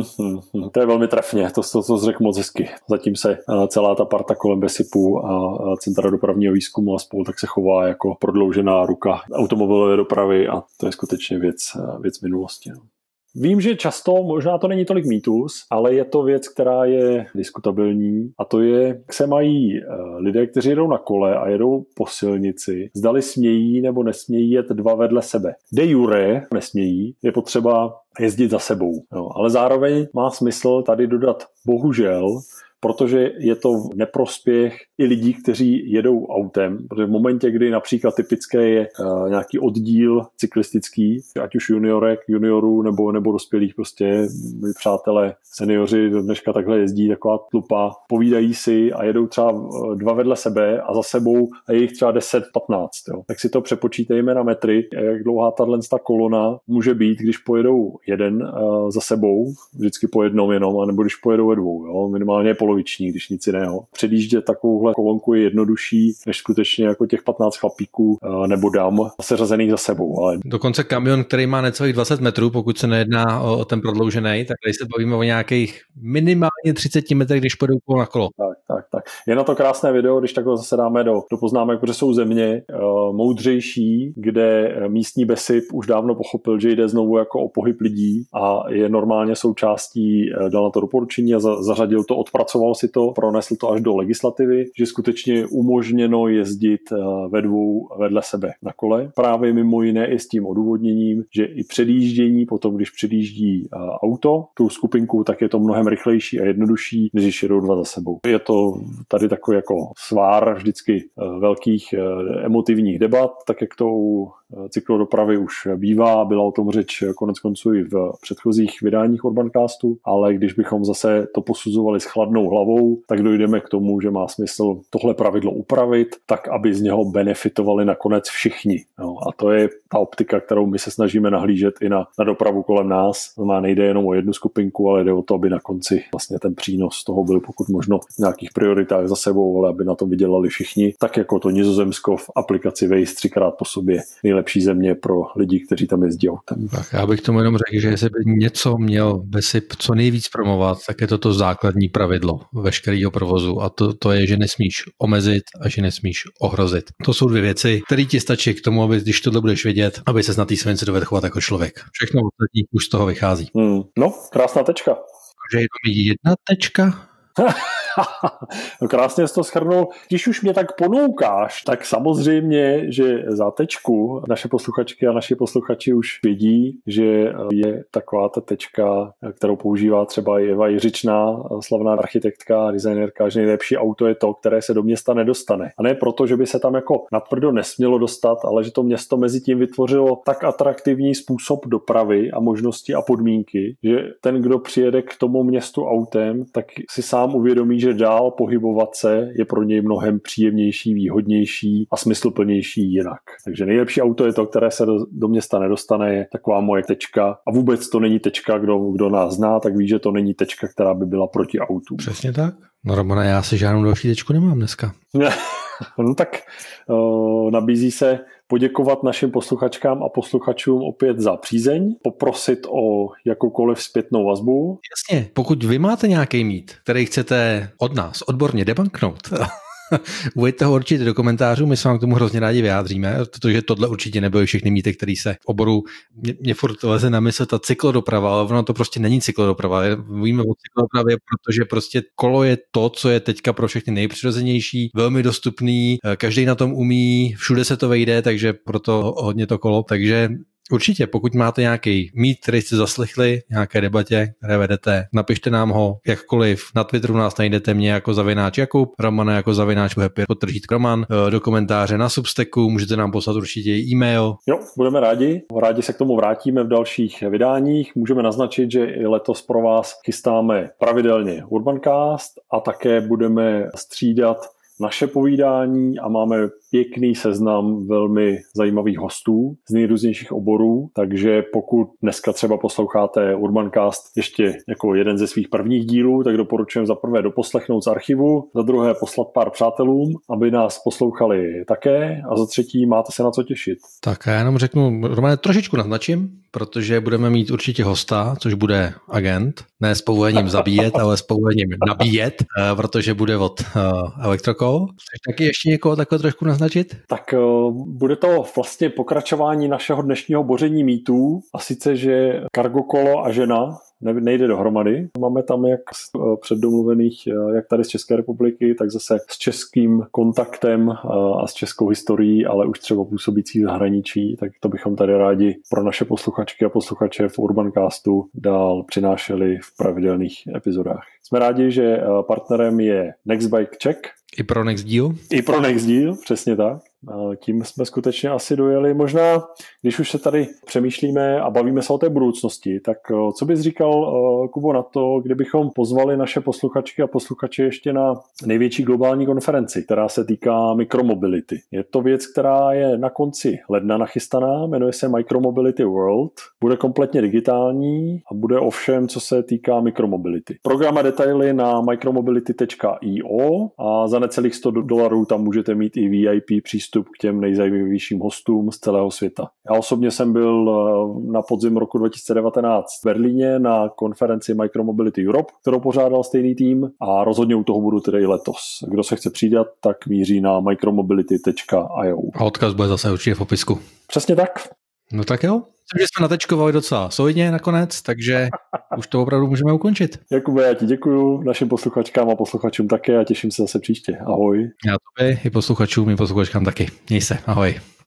To je velmi trefně, to řekl moc hezky. Zatím se celá ta parta kolem BESIPu a Centra dopravního výzkumu a spolu tak se chová jako prodloužená ruka automobilové dopravy a to je skutečně věc minulosti. Vím, že často, možná to není tolik mýtus, ale je to věc, která je diskutabilní a to je, jak se mají lidé, kteří jedou na kole a jedou po silnici, zdali smějí nebo nesmějí jet dva vedle sebe. De jure nesmějí, je potřeba jezdit za sebou. No, ale zároveň má smysl tady dodat bohužel, protože je to v neprospěch i lidí, kteří jedou autem, protože v momentě, kdy například typické je nějaký oddíl cyklistický, ať už juniorů nebo dospělých prostě, my přátelé, seniori do dneška takhle jezdí, taková tlupa, povídají si a jedou třeba dva vedle sebe a za sebou a je jich třeba 10-15. Tak si to přepočítejme na metry, jak dlouhá tato kolona může být, když pojedou jeden za sebou, vždycky po jednom jenom, anebo když pojedou ve dvou, jo? Minimálně poloviční, když nic jiného. Předjíždět takovouhle kolonku je jednodušší, než skutečně jako těch 15 chlapíků nebo dam seřazených za sebou. Ale... Dokonce kamion, který má necelých 20 metrů, pokud se nejedná o ten prodloužený, tak tady se bavíme o nějakých minimálně 30 metrech, když pojedou kolo na kolo. Tak. Je na to krásné video, když takhle zase dáme do poznámek, protože jsou země moudřejší, kde místní BESIP už dávno pochopil, že jde znovu jako o pohyb lidí a je normálně součástí, dal na to doporučení a zařadil to odpracovat zpracoval si to, pronesl to až do legislativy, že skutečně umožněno jezdit ve dvou vedle sebe na kole. Právě mimo jiné i s tím odůvodněním, že i předjíždění, potom když předjíždí auto, tu skupinku, tak je to mnohem rychlejší a jednodušší, než když jedou dva za sebou. Je to tady takový jako svár vždycky velkých emotivních debat, tak jak to u cyklodopravy už bývá, byla o tom řeč konec konců i v předchozích vydáních Urbancastu, ale když bychom zase to posuzovali s chladnou hlavou, tak dojdeme k tomu, že má smysl tohle pravidlo upravit, tak aby z něho benefitovali nakonec všichni. No, a to je ta optika, kterou my se snažíme nahlížet i na dopravu kolem nás. To nejde jenom o jednu skupinku, ale jde o to, aby na konci vlastně ten přínos toho byl pokud možno v nějakých prioritách za sebou, ale aby na tom vydělali všichni. Tak jako to Nizozemsko v aplikaci Waze 3krát po sobě nejlepší země pro lidi, kteří tam jezdí autem. Tak já bych tomu jenom řekl, že jestli by něco měl BESIP co nejvíc promovat, tak je to základní pravidlo veškerého provozu a to je, že nesmíš omezit a že nesmíš ohrozit. To jsou dvě věci, které ti stačí k tomu, aby když tohle budeš vědět, aby ses na té silnici dovedl chovat jako člověk. Všechno ostatní už z toho vychází. No, krásná tečka. Takže jenom jedna tečka. No krásně jsi to shrnul. Když už mě tak ponoukáš, tak samozřejmě, že za tečku naše posluchačky a naši posluchači už vědí, že je taková ta tečka, kterou používá třeba Eva Jiřičná, slavná architektka a designérka, že nejlepší auto je to, které se do města nedostane. A ne proto, že by se tam jako natvrdo nesmělo dostat, ale že to město mezi tím vytvořilo tak atraktivní způsob dopravy a možnosti a podmínky, že ten, kdo přijede k tomu městu autem, tak si sám uvědomí, že dál pohybovat se je pro něj mnohem příjemnější, výhodnější a smysluplnější jinak. Takže nejlepší auto je to, které se do města nedostane, je taková moje tečka. A vůbec to není tečka, kdo nás zná, tak ví, že to není tečka, která by byla proti autům. Přesně tak. No Romane, já si žádnou další tečku nemám dneska. No tak nabízí se poděkovat našim posluchačkám a posluchačům opět za přízeň, poprosit o jakoukoliv zpětnou vazbu. Jasně, pokud vy máte nějaký mýt, který chcete od nás odborně debanknout, uveďte ho určitě do komentářů, my se vám k tomu hrozně rádi vyjádříme, protože tohle určitě nebyly všechny mýty, které se v oboru, mě furt leze na mysl ta cyklodoprava, ale ono to prostě není cyklodoprava. Mluvíme o cyklodopravě, protože prostě kolo je to, co je teďka pro všechny nejpřirozenější, velmi dostupný, každý na tom umí, všude se to vejde, takže proto hodně to kolo, takže určitě, pokud máte nějaký mýt, který jste zaslechli, nějaké debatě, které vedete, napište nám ho jakkoliv. Na Twitteru nás najdete mě jako @ Jakub, Romana jako _ Roman, do komentáře na Substacku, můžete nám poslat určitě e-mail. Jo, budeme rádi. Rádi se k tomu vrátíme v dalších vydáních. Můžeme naznačit, že i letos pro vás chystáme pravidelně Urbancast a také budeme střídat naše povídání a máme pěkný seznam velmi zajímavých hostů z nejrůznějších oborů, takže pokud dneska třeba posloucháte Urbancast ještě jako jeden ze svých prvních dílů, tak doporučujem za prvé doposlechnout z archivu, za druhé poslat pár přátelům, aby nás poslouchali také a za třetí máte se na co těšit. Tak a já jenom řeknu, Romane, trošičku naznačím, protože budeme mít určitě hosta, což bude agent, ne s povolením zabíjet, ale s povolením nabíjet, protože bude od Electrocall. Chceš taky ještě někoho takhle trošku naznačit? Tak bude to vlastně pokračování našeho dnešního boření mýtů, a sice, že kargokolo a žena nejde dohromady. Máme tam jak předdomluvených, jak tady z České republiky, tak zase s českým kontaktem a s českou historií, ale už třeba působící v zahraničí, tak to bychom tady rádi pro naše posluchačky a posluchače v Urbancastu dál přinášeli v pravidelných epizodách. Jsme rádi, že partnerem je Nextbike Czech. I pro Next díl? I pro Next díl, přesně tak. Tím jsme skutečně asi dojeli. Možná, když už se tady přemýšlíme a bavíme se o té budoucnosti, tak co bys říkal, Kubo, na to, kdybychom pozvali naše posluchačky a posluchače ještě na největší globální konferenci, která se týká mikromobility. Je to věc, která je na konci ledna nachystaná, jmenuje se Micromobility World, bude kompletně digitální a bude o všem, co se týká mikromobility. Program a detaily na micromobility.io a za necelých $100 tam můžete mít i VIP přístup k těm nejzajímavějším hostům z celého světa. Já osobně jsem byl na podzim roku 2019 v Berlíně na konferenci Micromobility Europe, kterou pořádal stejný tým a rozhodně u toho budu tedy i letos. Kdo se chce přidat, tak míří na micromobility.io. A odkaz bude zase určitě v popisku. Přesně tak. No tak jo. myslím, že jsme natečkovali docela solidně nakonec, takže už to opravdu můžeme ukončit. Jakube, já ti děkuju, našim posluchačkám a posluchačům také a těším se zase příště. Ahoj. Já tobě i posluchačům, i posluchačkám taky. Měj se, ahoj.